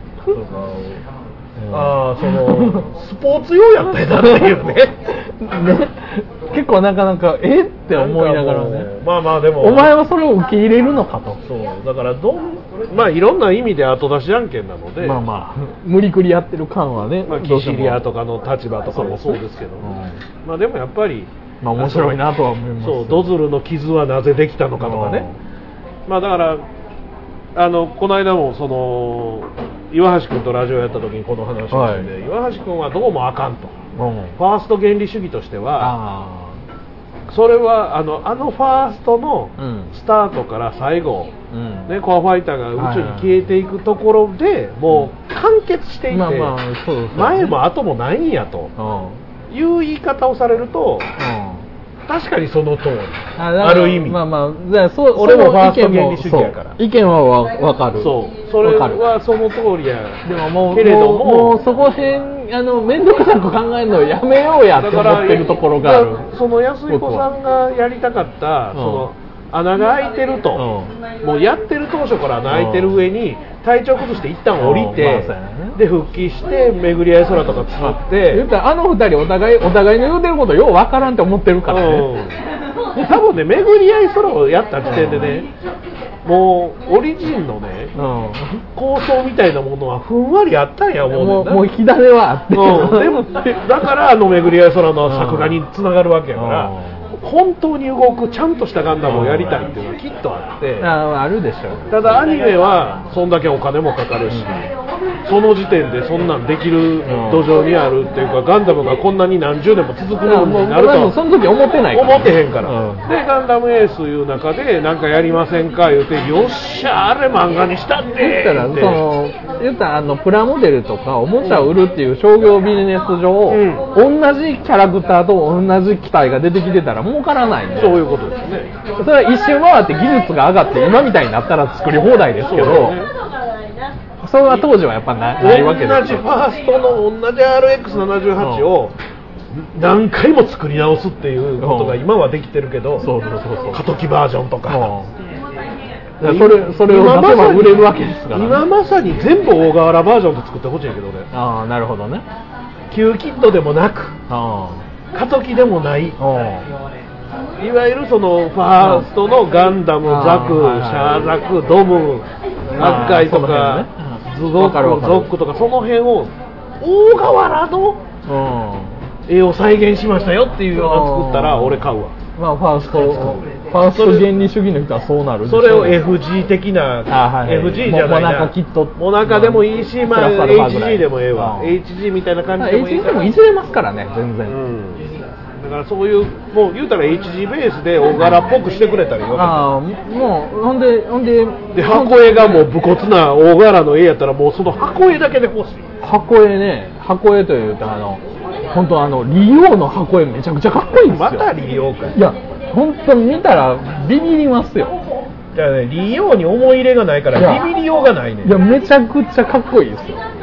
ああ、そのスポーツ用やったんだっていうね結構なかなかって思いながらね、 まあまあでもお前はそれを受け入れるのかと。 そうだからまあいろんな意味で後出し案件なので、 まあまあ無理くりやってる感はね、 まあ、キシリアとかの立場とかもそうですけど、まあでもやっぱりまあ面白いなとは思います。 そうドズルの傷はなぜできたのかとかね、まあだからこの間もその岩橋君とラジオやった時にこの話をして、岩橋君はどうもあかんと、ファースト原理主義としてはそれはファーストのスタートから最後、ね、コアファイターが宇宙に消えていくところでもう完結していて、前も後もないんやという言い方をされると、確かにその通り、ある意味、 まあまあ俺もファースト原理主義やから意見は分かる。 それはその通りや。 でももうけれどもそこへん面倒くさく考えるのをやめようやって思ってるところがある。 その安彦さんがやりたかったその穴が開いてると、もうやってる当初から穴開いてる上に体調崩して一旦降りて、で復帰して巡り合い空とか作って、 言ったら二人お互いの言うてることようわからんって思ってるからね、 多分ね巡り合い空をやった時点でね、もうオリジンのね、構想みたいなものはふんわりあったんや思うねんな。 もう火種はあって、 でもだから巡り合い空の作画につながるわけやから、本当に動くちゃんとしたガンダムをやりたいっていうのはきっとあって、 あるでしょう。 ただアニメはそんだけお金もかかるし、その時点でそんなんできる土壌にあるっていうか、ガンダムがこんなに何十年も続くようになるとはその時思ってないから、 思ってへんから、でガンダムエースいう中でなんかやりませんか言うて、よっしゃあれ漫画にしたって言ったらプラモデルとかおもちゃを売るっていう商業ビジネス上、同じキャラクターと同じ機体が出てきてたら儲からないんで、 そういうことですね。 それは一周回って技術が上がって今みたいになったら作り放題ですけど、それは当時はやっぱないわけですよ。 同じファーストの同じ RX78 を何回も作り直すっていうことが今はできてるけど、過渡期バージョンとか、 それを出せば売れるわけですから、 今まさに全部大河原バージョンで作ってほしいんやけどね。 ああなるほどね。 旧キットでもなく過渡期でもない、いわゆるそのファーストのガンダム、ザク、シャアザク、ドム、アッカイとか、ズゴック、ゾックとか、その辺を大河原の絵を再現しましたよっていうのを作ったら俺買うわ。 まあファースト原理主義の人はそうなるでしょう。 それを FG 的な、FG じゃないな、モナカでもいいし、まあ HG でもええわ、HG みたいな感じでもいいから、 HG もいじれますからね全然、 だからそういうもう言うたら HG ベースで大柄っぽくしてくれたりよ。 もうほんで箱絵がもう武骨な大柄の絵やったら、もうその箱絵だけで欲しい。 箱絵というと本当リオの箱絵めちゃくちゃかっこいいんですよ。 またリオか。 いや本当見たらビビりますよ。 じゃあね、リオに思い入れがないからビビりようがないね。 いやめちゃくちゃかっこいいですよ。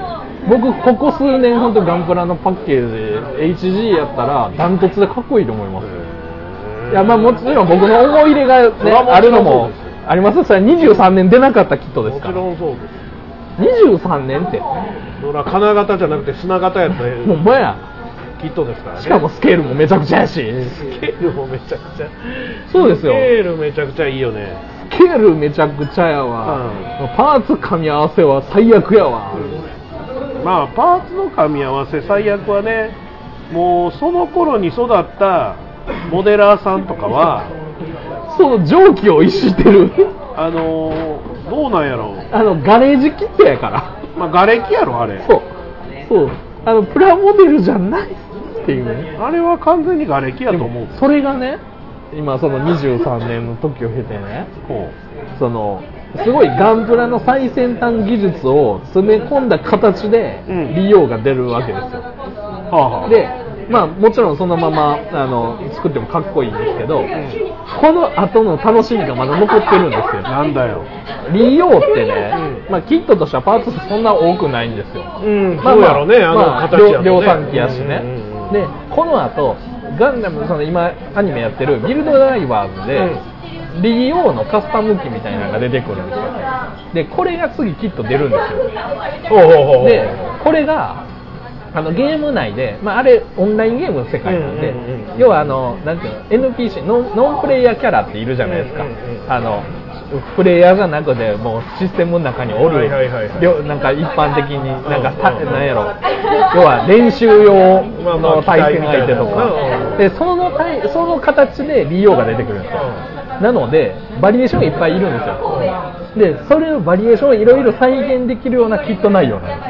僕ここ数年本当ガンプラのパッケージ HG やったらダントツでかっこいいと思います。いやまあもちろん僕の思い入れが、ね、あるのもあります。それは23年出なかったキットですから。 もちろんそうです。 23年ってそら金型じゃなくて砂型やったらほんまやキットですからね。 しかもスケールもめちゃくちゃやし、 スケールもめちゃくちゃそうですよ。 スケールめちゃくちゃいいよね。 スケールめちゃくちゃやわ、パーツ噛み合わせは最悪やわ、 まあパーツの噛み合わせ最悪はね、もうその頃に育ったモデラーさんとかはその蒸気を逸してるどうなんやろう、 ガレージキットやから、 まあ瓦礫やろあれ。 そうプラモデルじゃないっていうね。 あれは完全に瓦礫やと思う。 それがね今その23年の時を経てね、そのすごいガンプラの最先端技術を詰め込んだ形で利用が出るわけですよ、でまあもちろんそのまま作ってもかっこいいんですけど、この後の楽しみがまだ残ってるんですよ。 なんだよ利用ってね、まあ、キットとしてはパーツそんな多くないんですよ、まあ、 そうやろね、形やとね、 量産機やしね、でこの後ガンダムその今アニメやってるビルドダイバーズで、利用のカスタム機みたいなのが出てくるんですよ。でこれが次きっと出るんですよ。でこれがゲーム内で、まあ、あれオンラインゲームの世界なんで、要はなんていうの NPC ノンプレイヤーキャラっているじゃないですか、プレイヤーじゃなくてもうシステムの中におる、なんか一般的になんかなんやろ、要は練習用の対戦相手とかでその形で利用が出てくるんですよ。なのでバリエーションいっぱいいるんですよ。でそれのバリエーションをいろいろ再現できるようなキット内容なんです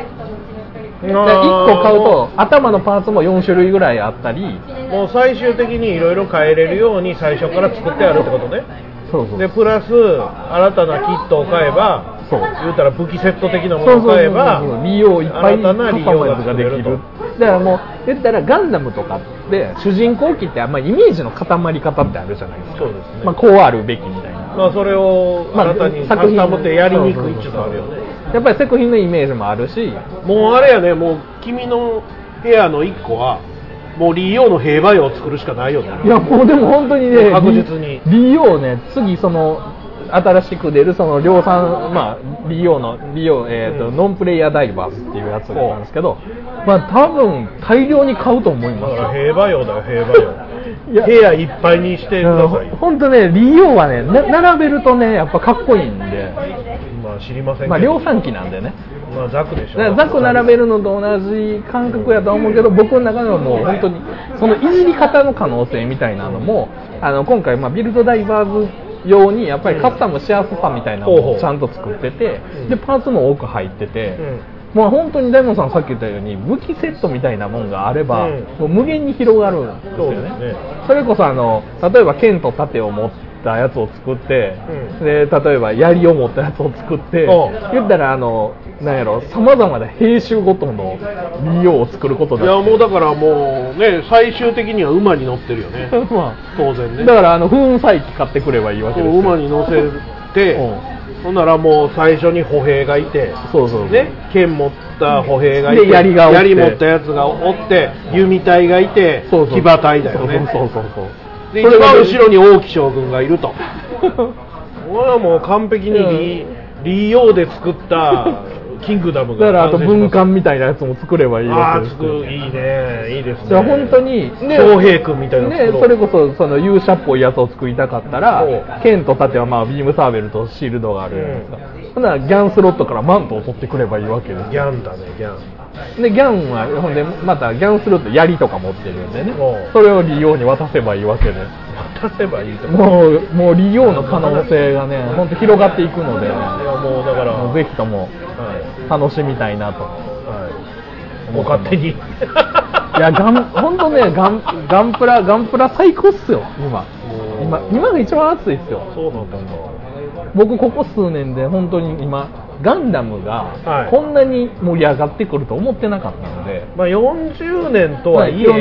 。1個買うと頭のパーツも4種類ぐらいあったり、 もう最終的にいろいろ変えれるように最初から作ってあるってことね。 そうでプラス新たなキットを買えば、言うたら武器セット的なものを買えば利用いっぱい新たな利用ができる。 だからもう言ったらガンダムとかって主人公機ってあんまりイメージの固まり方ってあるじゃないですか。 そうですね。 まあこうあるべきみたいな。 まあそれを新たにカスタムってやりにくいっていうのがあるよね。 やっぱり作品のイメージもあるし、 もうあれやね、もう君の部屋の1個はもう利用の兵馬俑を作るしかないよね。 いやもうでも本当にね、 確実に利用ね、次その新しく出るその量産、まあ利用ノンプレイヤーダイバーズっていうやつなんですけど、まあ多分大量に買うと思います。 だから兵馬俑だよ、兵馬俑。部屋いっぱいにしてくださいよ。 本当ね、利用はね、並べるとねやっぱかっこいいんで。 まあ知りませんけど。 まあ量産機なんでね。 まあザクでしょ。 ザク並べるのと同じ感覚やと思うけど、僕の中ではもう本当にそのいじり方の可能性みたいなのも今回ビルドダイバーズ用にやっぱりカスタムしやすさみたいなのをちゃんと作ってて、でパーツも多く入ってて、もう本当に大門さんさっき言ったように武器セットみたいなもんがあれば、もう無限に広がるんですよね。それこそ例えば剣と盾を持ったやつを作って、で例えば槍を持ったやつを作って、言ったらなんやろ、さまざまな兵種ごとの利用を作ることだって。 いやもうだからもうね、最終的には馬に乗ってるよね。まあ当然ね。 だから粉砕機買ってくればいいわけですよ。 馬に乗せて、ほんならもう最初に歩兵がいて、ね、剣持った歩兵がいて、槍持ったやつがおって、弓隊がいて、騎馬隊だよね。で一番後ろに王騎将軍がいると。これはもう完璧に利用で作ったキングダムが。 だからあと文官みたいなやつも作ればいいわけですよ。 いいね、いいですね。 じゃあ本当に将兵君みたいなね、それこそその勇者っぽいやつを作りたかったら、剣と盾はまあビームサーベルとシールドがあるじゃないですか。ほんならギャンスロットからマントを取ってくればいいわけです。 ギャンだね、ギャン。 でギャンはほんでまたギャンスロット槍とか持ってるんでね、それを利用に渡せばいいわけで。 渡せばいいともう利用の可能性がね本当広がっていくので、 いやもうだからぜひとも楽しみたいなと、 もう勝手に。いや本当ねガンプラ最高っすよ今が一番熱いっすよ。 そうなんだ。 僕ここ数年で本当に今ガンダムがこんなに盛り上がってくると思ってなかったので、 まあ40年とはいえ、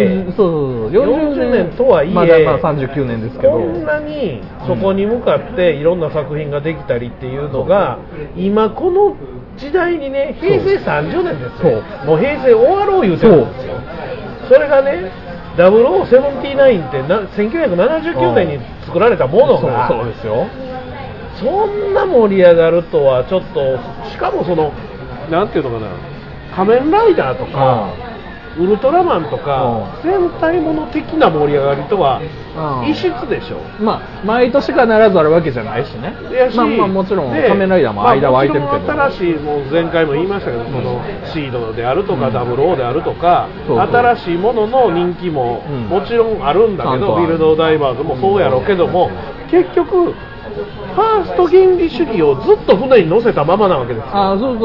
40 年とはいえ、 まだ39年ですけど、 こんなにそこに向かっていろんな作品ができたりっていうのが、今この時代にね、平成30年ですよ。もう平成終わろう言うてるんですよ。それがね、0079って1979年に作られたものが、 そうですよ。 そんな盛り上がるとはちょっと、しかもそのなんていうのかな、仮面ライダーとか、ウルトラマンとか、戦隊もの的な盛り上がりとは異質でしょ。 まあ毎年必ずあるわけじゃないしね。まあもちろん仮面ライダーも間は空いてるけど、 新しい、もう前回も言いましたけど、そのシードであるとか、00であるとか、新しいものの人気ももちろんあるんだけど、ビルドダイバーズもそうやろうけども、結局ファースト原理主義をずっと船に乗せたままなわけですよ。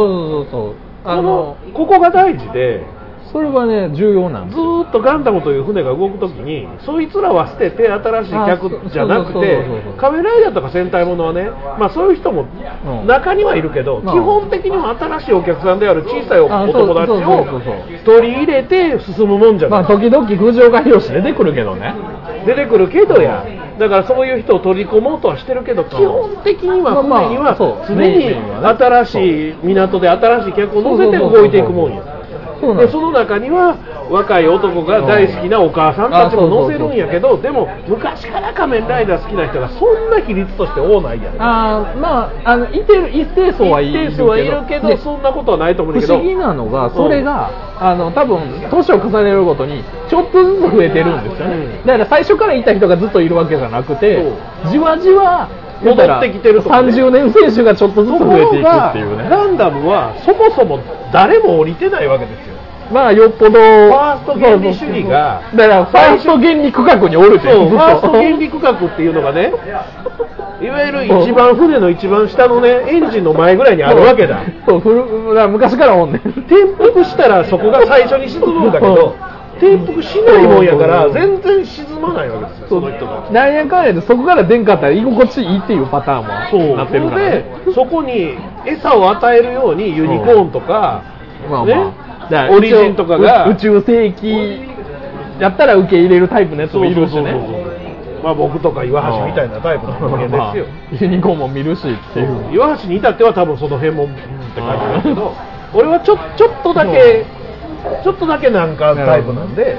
そうここが大事で、 それはね重要なんですよ。 ずーっとガンダムという船が動くときに、そいつらは捨てて新しい客じゃなくて、仮面ライダーとか戦隊ものはね、まあそういう人も中にはいるけど、基本的には新しいお客さんである小さいお友達を取り入れて進むもんじゃない。 まあ時々郡上が広し出てくるけどね。 出てくるけどや。だからそういう人を取り込もうとはしてるけど、基本的には船には常に新しい港で新しい客を乗せて動いていくもんや。でその中には若い男が大好きなお母さんたちも乗せるんやけど、でも昔から仮面ライダー好きな人がそんな比率として多ないやん。 まあ一定数はいるけど、 そんなことはないと思うんだけど、 不思議なのがそれが、多分年を重ねるごとにちょっとずつ増えてるんですよね。だから最初からいた人がずっといるわけじゃなくて、じわじわ戻ってきてるとか、ね、 30年選手がちょっとずつ増えていくっていうね。 ガンダムはそもそも誰も降りてないわけですよ。 まあよっぽどファースト原理主義が、 だからファースト原理区画におるっていう、 ファースト原理区画っていうのがね、いわゆる一番船の一番下のねエンジンの前ぐらいにあるわけだ。 そう昔からおんねん。 転覆したらそこが最初に沈むんだけど、転覆しないもんやから全然沈まないわけですよ、その人が。 なんやかんやでそこから出んかったら居心地いいっていうパターンもなってるからね。 そこに餌を与えるようにユニコーンとか、オリジンとかが宇宙世紀やったら受け入れるタイプのやつもいるしね。 まあ僕とか岩橋みたいなタイプの人間ですよ。 ユニコーンも見るしっていう。 岩橋に至っては多分その辺もって感じですけど、俺はちょっとだけなんかタイプなんで、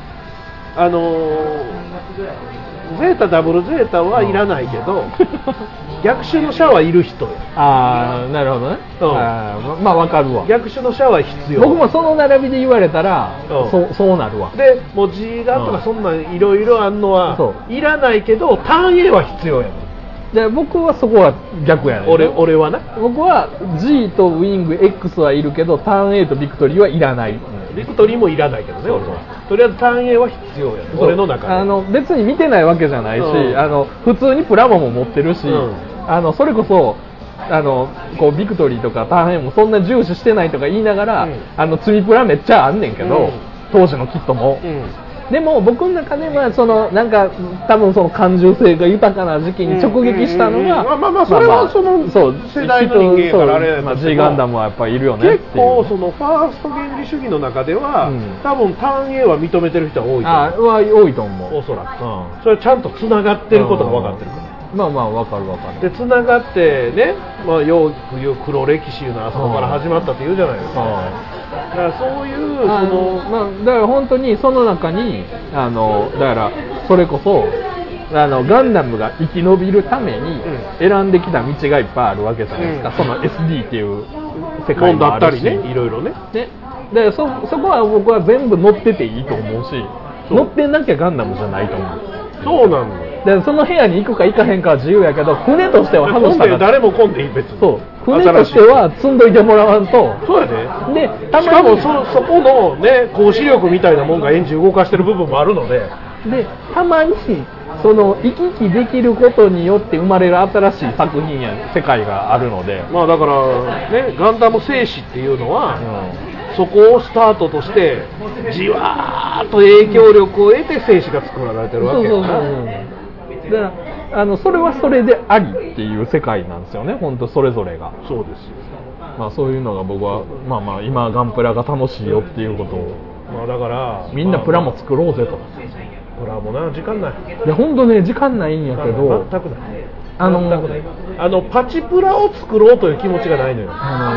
ゼータダブルゼータはいらないけど、逆襲のシャワーいる人や。 なるほどね。まあわかるわ。 逆襲のシャワー必要。 僕もその並びで言われたら、そうなるわ。 でもう G ガンとかそんなんいろいろあんのはいらないけど、ターン A は必要やね。 で僕はそこは逆やね。 俺はね。 僕は G とウィング X はいるけど、ターン A とビクトリーはいらない。 ビクトリーもいらないけどね、俺は。とりあえずターン A は必要やね。それの中で。 別に見てないわけじゃないし、普通にプラモも持ってるし、それこそこうビクトリーとかターン A もそんな重視してないとか言いながら、積みプラめっちゃあんねんけど、当時のキットも。でも僕の中ではなんか多分その感受性が豊かな時期に直撃したのが、 それはその世代の人間やからあれやけど、 G ガンダムはやっぱりいるよねっていう。 結構そのファースト原理主義の中では、多分ターン A は認めてる人は多いと思う。 多いと思う。 おそらく。それはちゃんとつながってることが分かってるから。 まあ分かる。 でつながってね、よく言う黒歴史いうのはあそこから始まったって言うじゃないですか。だからそういうだから本当にその中にだからそれこそガンダムが生き延びるために選んできた道がいっぱいあるわけじゃないですか。その SD っていう世界もあるし、 だったりね、いろいろね。 でそこは僕は全部乗ってていいと思うし、乗ってなきゃガンダムじゃないと思う。 そうなんだよ。 でその部屋に行くか行かへんかは自由やけど、船としては外したら誰も来んでいい、別に。 そう船としては積んどいてもらわんと。 そうやで。しかもそこのね高視力みたいなもんがエンジン動かしてる部分もあるので、 たまにその行き来できることによって生まれる新しい作品や世界があるので、 まあだからね、ガンダム静止っていうのは、そこをスタートとしてじわーっと影響力を得て静止が作られてるわけやから。 だからそれはそれでありっていう世界なんですよね、本当それぞれが。 そうですよ。 まあそういうのが僕は今ガンプラが楽しいよっていうことを、 だからみんなプラも作ろうぜと。 プラもな時間ない。 いや本当ね時間ないんやけど、 全くない。パチプラを作ろうという気持ちがないのよ。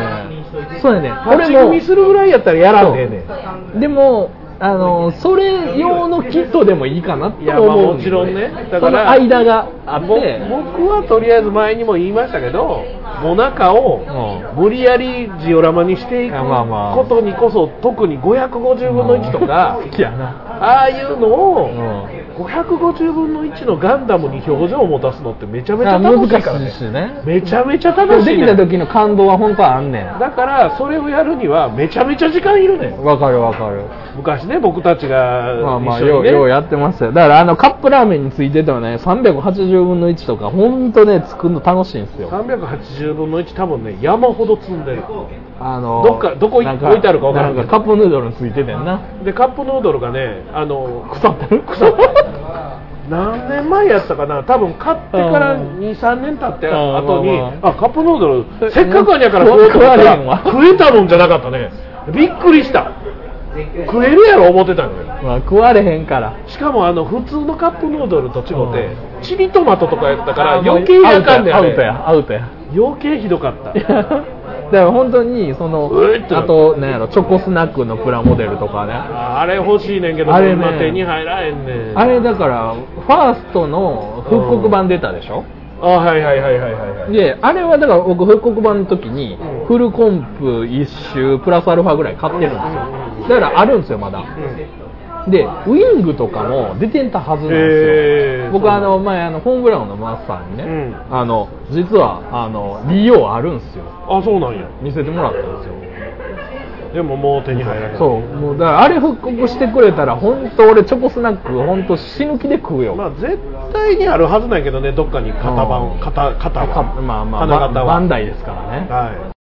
そうやね。 立ち組みするぐらいやったらやらんでね。 でもそれ用のキットでもいいかなって思う。 いや、まあもちろんね。だからその間があって、 僕はとりあえず前にも言いましたけど、モナカを無理やりジオラマにしていくことにこそ、特に550分の1とか、 好きやな。 ああいうのを550分の1のガンダムに表情を持たすのってめちゃめちゃ楽しいからね。めちゃめちゃ楽しいね。 できた時の感動は本当はあんねん。 だからそれをやるにはめちゃめちゃ時間いるねん。 わかるわかる。 昔ね、僕たちが一緒にね、 ようやってましたよ。だからカップラーメンについててもね、380分の1とか本当ね、作るの楽しいんですよ。 380分の1多分ね、山ほど積んでる。どこ置いてあるか分からんけど、 カップヌードルについててんな。 でカップヌードルがね、 腐ってる何年前やったかな、多分買ってから2、3年経って後に、カップヌードルせっかくあんやから食おうと思ったら食えたもんじゃなかったね。びっくりした。食えるやろ思ってたのよ。 まあ食われへんから。 しかも普通のカップヌードルと違ってチリトマトとかやったから余計やかんねん。 アウトや余計ひどかった。 だから本当にあとなんやろ、チョコスナックのプラモデルとかね、 あれ欲しいねんけど、今手に入らへんねん。 あれだからファーストの復刻版出たでしょ。 はいで、あれはだから僕復刻版の時にフルコンプ一周プラスアルファぐらい買ってるんですよ。だからあるんですよまだ。でウイングとかも出てたはずなんですよ。僕前ホームブラウンのマスターにね、実は利用あるんですよ。 あ、そうなんや。 見せてもらったんですよ。 でももう手に入らない。 そう、もうだからあれ復刻してくれたら本当俺チョコスナック本当死ぬ気で食うよ。 まあ絶対にあるはずないけどね、どっかに型はまあバンダイですからね。 はい。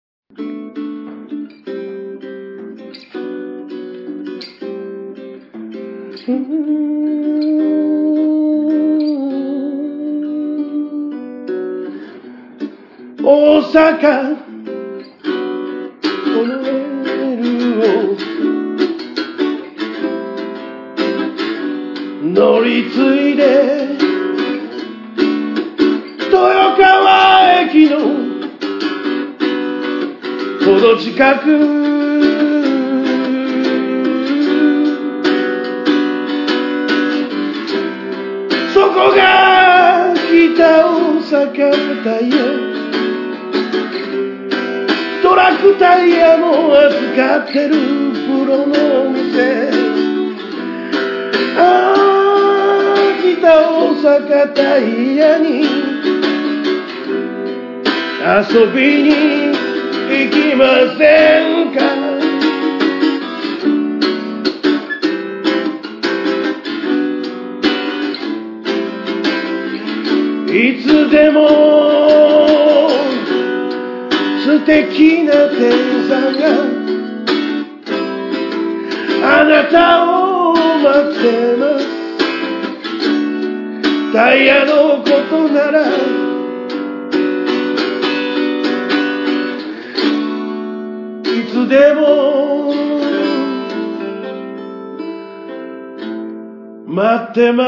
大阪このメールを乗り継いで豊川駅のほど近く、そこが北大阪タイヤ、トラックタイヤも扱ってるプロのお店、北大阪タイヤに遊びに行きませんか。いつでも素敵な店員さんがあなたを待ってます。タイヤのことならいつでも待ってます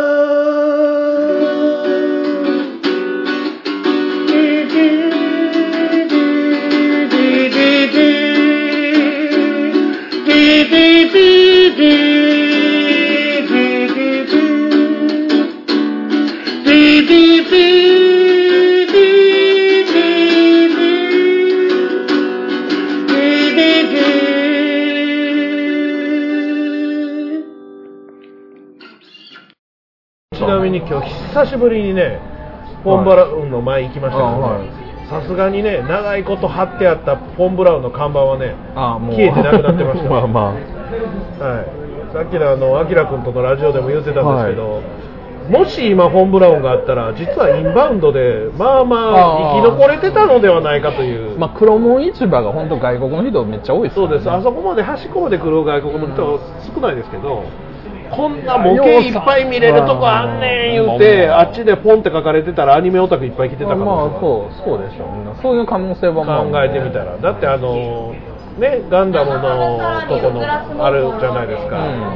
ちなみに今日久しぶりにね、フォン・ブラウンの前行きましたけど、さすがにね、長いこと貼ってあったフォン・ブラウンの看板はね、消えてなくなってました、ね。はい、さっきのアキラ君とのラジオでも言ってたんですけど、もし今フォン・ブラウンがあったら、実はインバウンドでまあまあ生き残れてたのではないかという。 黒門市場が本当外国の人めっちゃ多いですよね。 そうです。あそこまで端っこまで来る外国の人少ないですけど、こんな模型いっぱい見れるとこあんねん言うて、あっちでポンって書かれてたらアニメオタクいっぱい来てたから、 そうでしょう。そういう可能性は考えてみたら、だってね、ガンダムのとこのあるじゃないですか、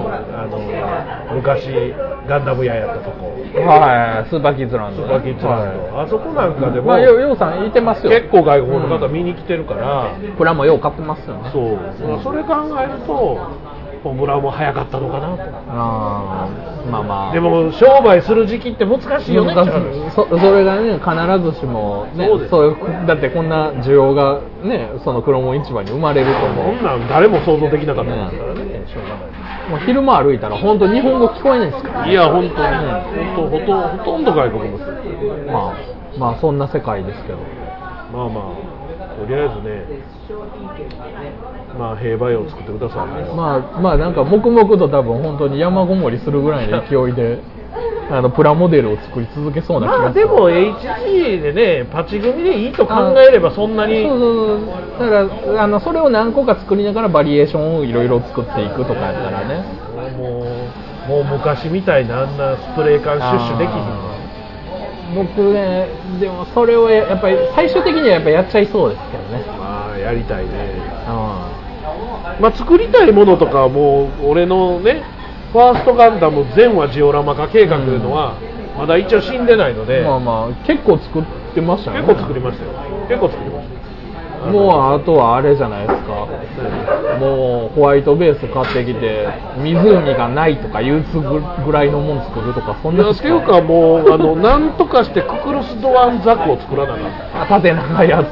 昔ガンダム屋やったとこ、 はい、スーパーキッズランド、 スーパーキッズランド、あそこなんかでも、 ようさんいてますよ、 結構外国の方見に来てるから、 プラもよう買ってますよね。 そう、それ考えるとポムラも早かったのかなと。 まあまあ、 でも商売する時期って難しいよね。 それがね、必ずしもね、そうだってこんな需要がね、その黒門市場に生まれると思う。 そんなん誰も想像できなかったですからね。しょうがない。 もう昼間歩いたら本当日本語聞こえないですから、ね。 いや本当に、ほとんど外国の人。 まあそんな世界ですけど。 まあとりあえずね、まあ兵馬俑を作ってくださいね。 まあなんか黙々と多分本当に山ごもりするぐらいの勢いでプラモデルを作り続けそうな気がする。 まあでも HG でね、パチ組でいいと考えればそんなに。 そうだからそれを何個か作りながらバリエーションをいろいろ作っていくとかやったらね。 もう昔みたいなあんなスプレー缶シュッシュできひん。 僕ね、でもそれをやっぱり最終的にはやっぱやっちゃいそうですけどね。 まあやりたいね。まあ作りたいものとかはもう俺のね、ファーストガンダム全話ジオラマ化計画というのはまだ一応死んでないので、 まあ結構作ってましたね。 結構作りましたよ。 もうあとはあれじゃないですか、もうホワイトベース買ってきて湖がないとか憂鬱ぐらいのもん作るとか、そんなっていうかもうなんとかしてククルス・ドアンザクを作らなかった。 縦長いやつ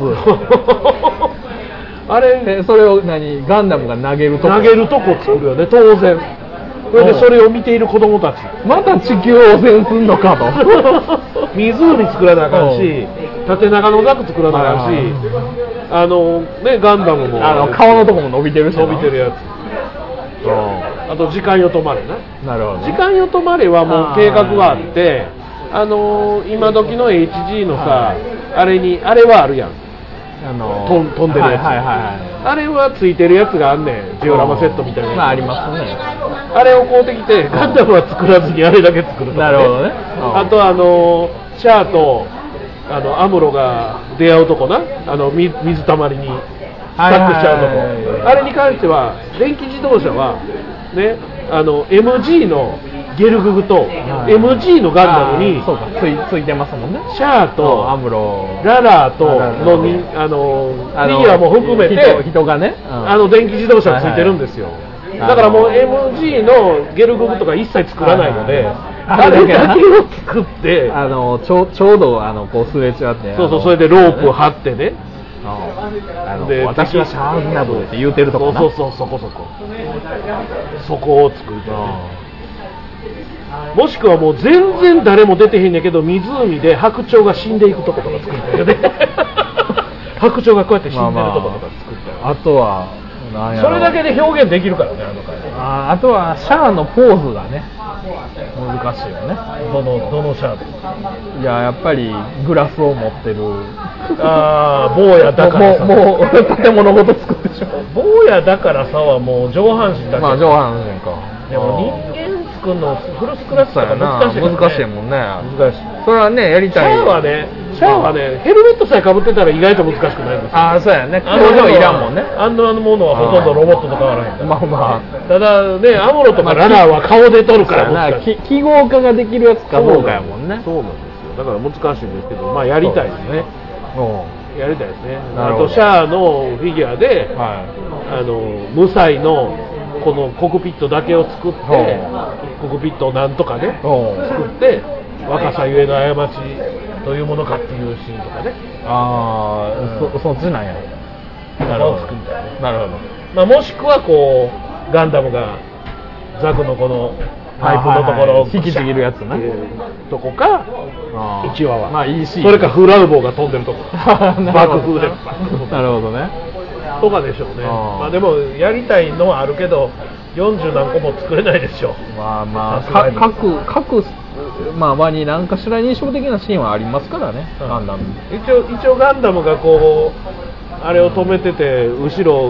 あれそれをガンダムが投げるとこ作るよね、当然。それを見ている子供たち、 また地球を汚染すんのかと湖作らなあかんし、縦長のザク作らなあかんし、ガンダムも顔のとこも伸びてるし、 伸びてるやつ、あと時間よ止まれな。 なるほど。 時間よ止まれはもう計画があって、今時の HG のさ、あれはあるやん、飛んでるやつ、あれはついてるやつがあんねん、ジオラマセットみたいなやつ、 ありますね。 あれを買うてきて、ガンダムは作らずにあれだけ作るとか、ね、 なるほどね。 あとシャアとアムロが出会うとこな、水たまりにタックしちゃうとこ、あれに関しては電気自動車はね、MG のゲルググと MG のガンダムにそうかついてますもんね。 シャアとアムロ、 ララーとのフィギュアも含めて人がね、 電気自動車ついてるんですよ。だからもう MG のゲルググとか一切作らないので、あれだけを作ってちょうどこうすれ違って、 そうそれでロープを張ってね、 で私はシャーズナブって言うてるとこな、 そこを作りたい。もしくはもう全然誰も出てへんねんけど、湖で白鳥が死んでいくとことか作りたいよね白鳥がこうやって死んでるとことか作りたい。 あとはそれだけで表現できるからね、 あとはシャアのポーズがね難しいよね。 どのシャアで。 いや、やっぱりグラスを持ってる坊やだからさ、 もう建物ごと作ってしまう。 坊やだからさはもう上半身だけ。 上半身か。 でも人間作るのフルスクラッチとか難しいもんね。 難しい。 それはねやりたい。 シャアはねヘルメットさえかぶってたら意外と難しくないんですよ。 そうやね。表情いらんもんね。 あのものはほとんどロボットと変わらへんから。 まあただね、アムロとかララーは顔で撮るから難しい。 記号化ができるやつかどうかやもんね。 そうなんですよ。だから難しいんですけど、まあやりたいですね。やりたいですね。あとシャアのフィギュアで、無彩のこのコックピットだけを作って、コックピットをなんとかね作って、若さゆえの過ちというものかっていうシーンとかね。 そっちなんや。 なるほど。作りたいね。 なるほど。 まあもしくはこうガンダムがザクのこのパイプのところを引きちぎるやつね。 とこか、1話は。 まあいいし。 それかフラウボーが飛んでるとこ。爆風で。 なるほどね。 とかでしょうね。まあでもやりたいのはあるけど40何個も作れないでしょう。 まあ各場に何かしら印象的なシーンはありますからね。ガンダム。 一応ガンダムがこうあれを止めてて後ろ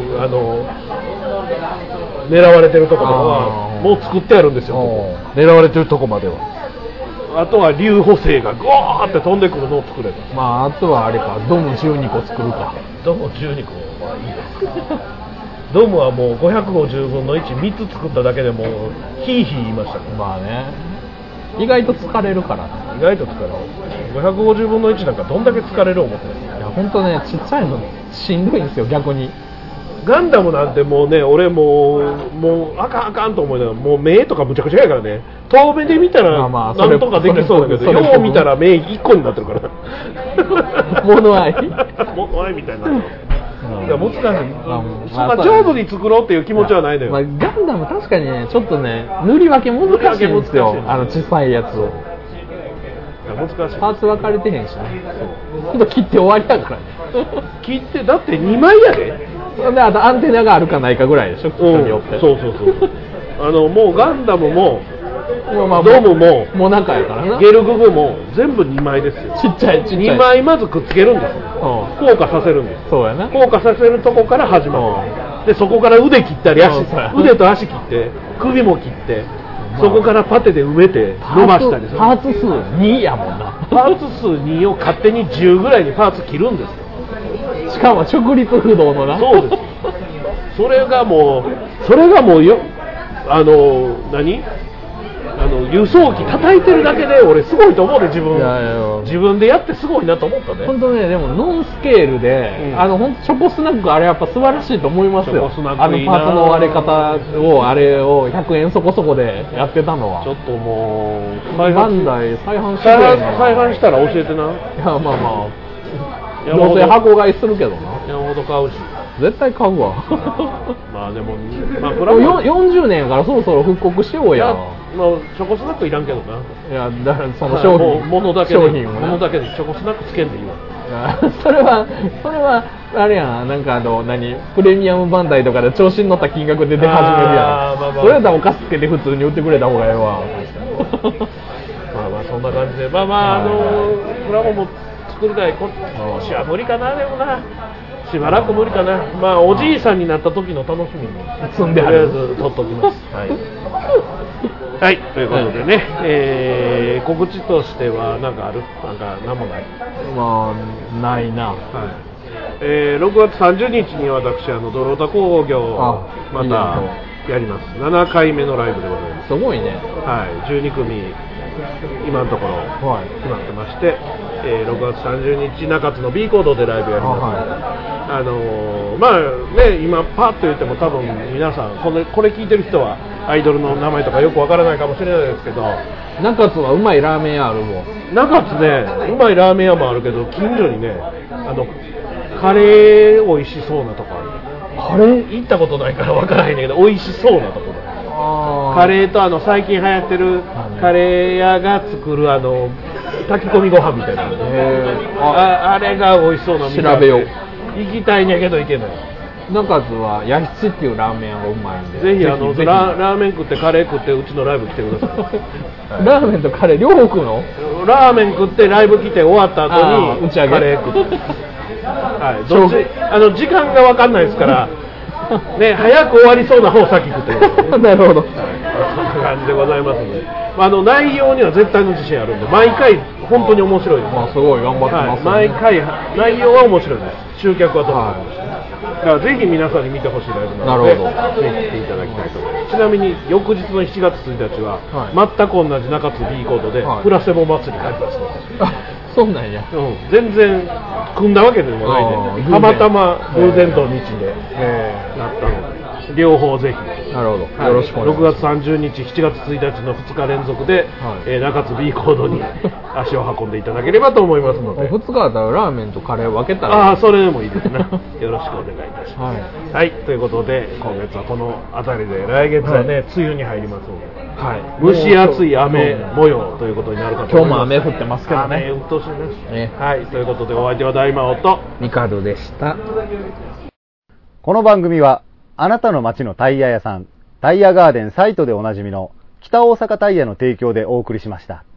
狙われてるとことかはもう作ってあるんですよ。狙われてるとこまでは。あとは竜補正がゴーって飛んでくるのを作れば。 あとはあれか、ドム12個作るか。 ドム12個はいいですドームはもう550分の1、3つ作っただけでもうヒーヒー言いましたね。 まあね、意外と疲れるからね。 意外と疲れる。550分の1なんかどんだけ疲れる思ってる。 いや本当ね、ちっちゃいのしんどいんですよ逆に。 ガンダムなんてもうね、俺もうあかんあかんと思いながら、もう目とかむちゃくちゃやからね、遠目で見たらなんとかできそうだけど、よう見たら目1個になってるから物合い物合いみたいになっていや難しい、そんな上手に作ろうっていう気持ちはないのよ。 ガンダム確かにね、ちょっとね塗り分け難しいんですよ、小さいやつ。 難しい。 パーツ分かれてへんしね。ほんと切って終わりだからね切ってだって2枚やで。 であとアンテナがあるかないかぐらいでしょ、人によって。 そうもうガンダムもドームももう中やからな。 ゲルググも全部2枚ですよ。 ちっちゃい 2枚まずくっつけるんですよ。硬化させるんですよ。 そうやな。 硬化させるとこから始まる。でそこから腕切ったり腕と足切って首も切って、そこからパテで埋めて伸ばしたりする。 パーツ数2やもんな。 パーツ数2を勝手に10ぐらいにパーツ切るんですよ。 しかも直立不動のな。 そうです。それがもうよ、輸送機叩いてるだけで俺すごいと思うで、自分でやってすごいなと思ったね。 本当ね、でもノンスケールで、本当チョコスナックあれやっぱ素晴らしいと思いますよ。パーツの割れ方をあれを100円そこそこでやってたのは。 ちょっともうバンダイ再販してくれ。再販したら教えてな。 いやまあどうせ箱買いするけどな。 山本買うし。 絶対買うわ。 まあでも、 40年やからそろそろ復刻しようや。 まあチョコスナックいらんけどな。 いやだからその商品物だけでチョコスナックつけんでいいわ。 それはあれやん、なんかプレミアムバンダイとかで調子に乗った金額で出始めるやん。それだったらおかすつけて普通に売ってくれた方がええわ。 まあそんな感じで、プラモも作りたい。今年は無理かな。でもなしばらく無理かな。まあおじいさんになった時の楽しみに積んである。 とりあえず取っときます。はい、ということでね、告知としては何かある？なんか何もない。 まあないな。 6月30日に私ドロータ工業またやります。7回目のライブでございます。 すごいね。 はい、12組今のところ決まってまして、6月30日中津の B コードでライブやります。まあね、今パッと言っても多分皆さんこれ聞いてる人はアイドルの名前とかよくわからないかもしれないですけど、 中津はうまいラーメン屋あるもん。 中津ね、うまいラーメン屋もあるけど、近所にねカレー美味しそうなとこある。カレー行ったことないからわからないんだけど、美味しそうなとこだ。カレーと最近流行ってるカレー屋が作る炊き込みご飯みたいな、あれが美味しそうな店。 調べよう。 行きたいんやけど行けない。 中津は八七っていうラーメン屋がうまいんで、 ぜひラーメン食ってカレー食ってうちのライブ来てください。 ラーメンとカレー両方食うの？ ラーメン食ってライブ来て終わった後に打ち上げカレー食って、はい、どっち時間が分かんないですからね、早く終わりそうな方を先食ってください。 なるほど、 そんな感じでございますので、内容には絶対の自信あるんで、毎回本当に面白いです。 すごい頑張ってます、 毎回内容は面白いです。集客はどうも面白いです。だからぜひ皆さんに見てほしいライブなので、ぜひ来ていただきたいと思います。ちなみに翌日の7月1日は、全く同じ中津 B コードで、プラセボ祭り開催してます。 そうなんや。 全然組んだわけでもないで、たまたま偶然と日でなったので、両方ぜひ。 なるほど。よろしくお願いします。 6月30日、7月1日の2日連続で、中津 B コードに足を運んでいただければと思いますので。 2日だったらラーメンとカレー分けたら。 それでもいいですね。よろしくお願いいたします。はい、ということで今月はこの辺りで、来月はね、梅雨に入りますので、蒸し暑い雨模様ということになるかと思います。 今日も雨降ってますけどね。 雨うっとうしいです。はい、ということでお相手は大魔王とミカドでした。 この番組はあなたの街のタイヤ屋さん、タイヤガーデンサイトでおなじみの北大阪タイヤの提供でお送りしました。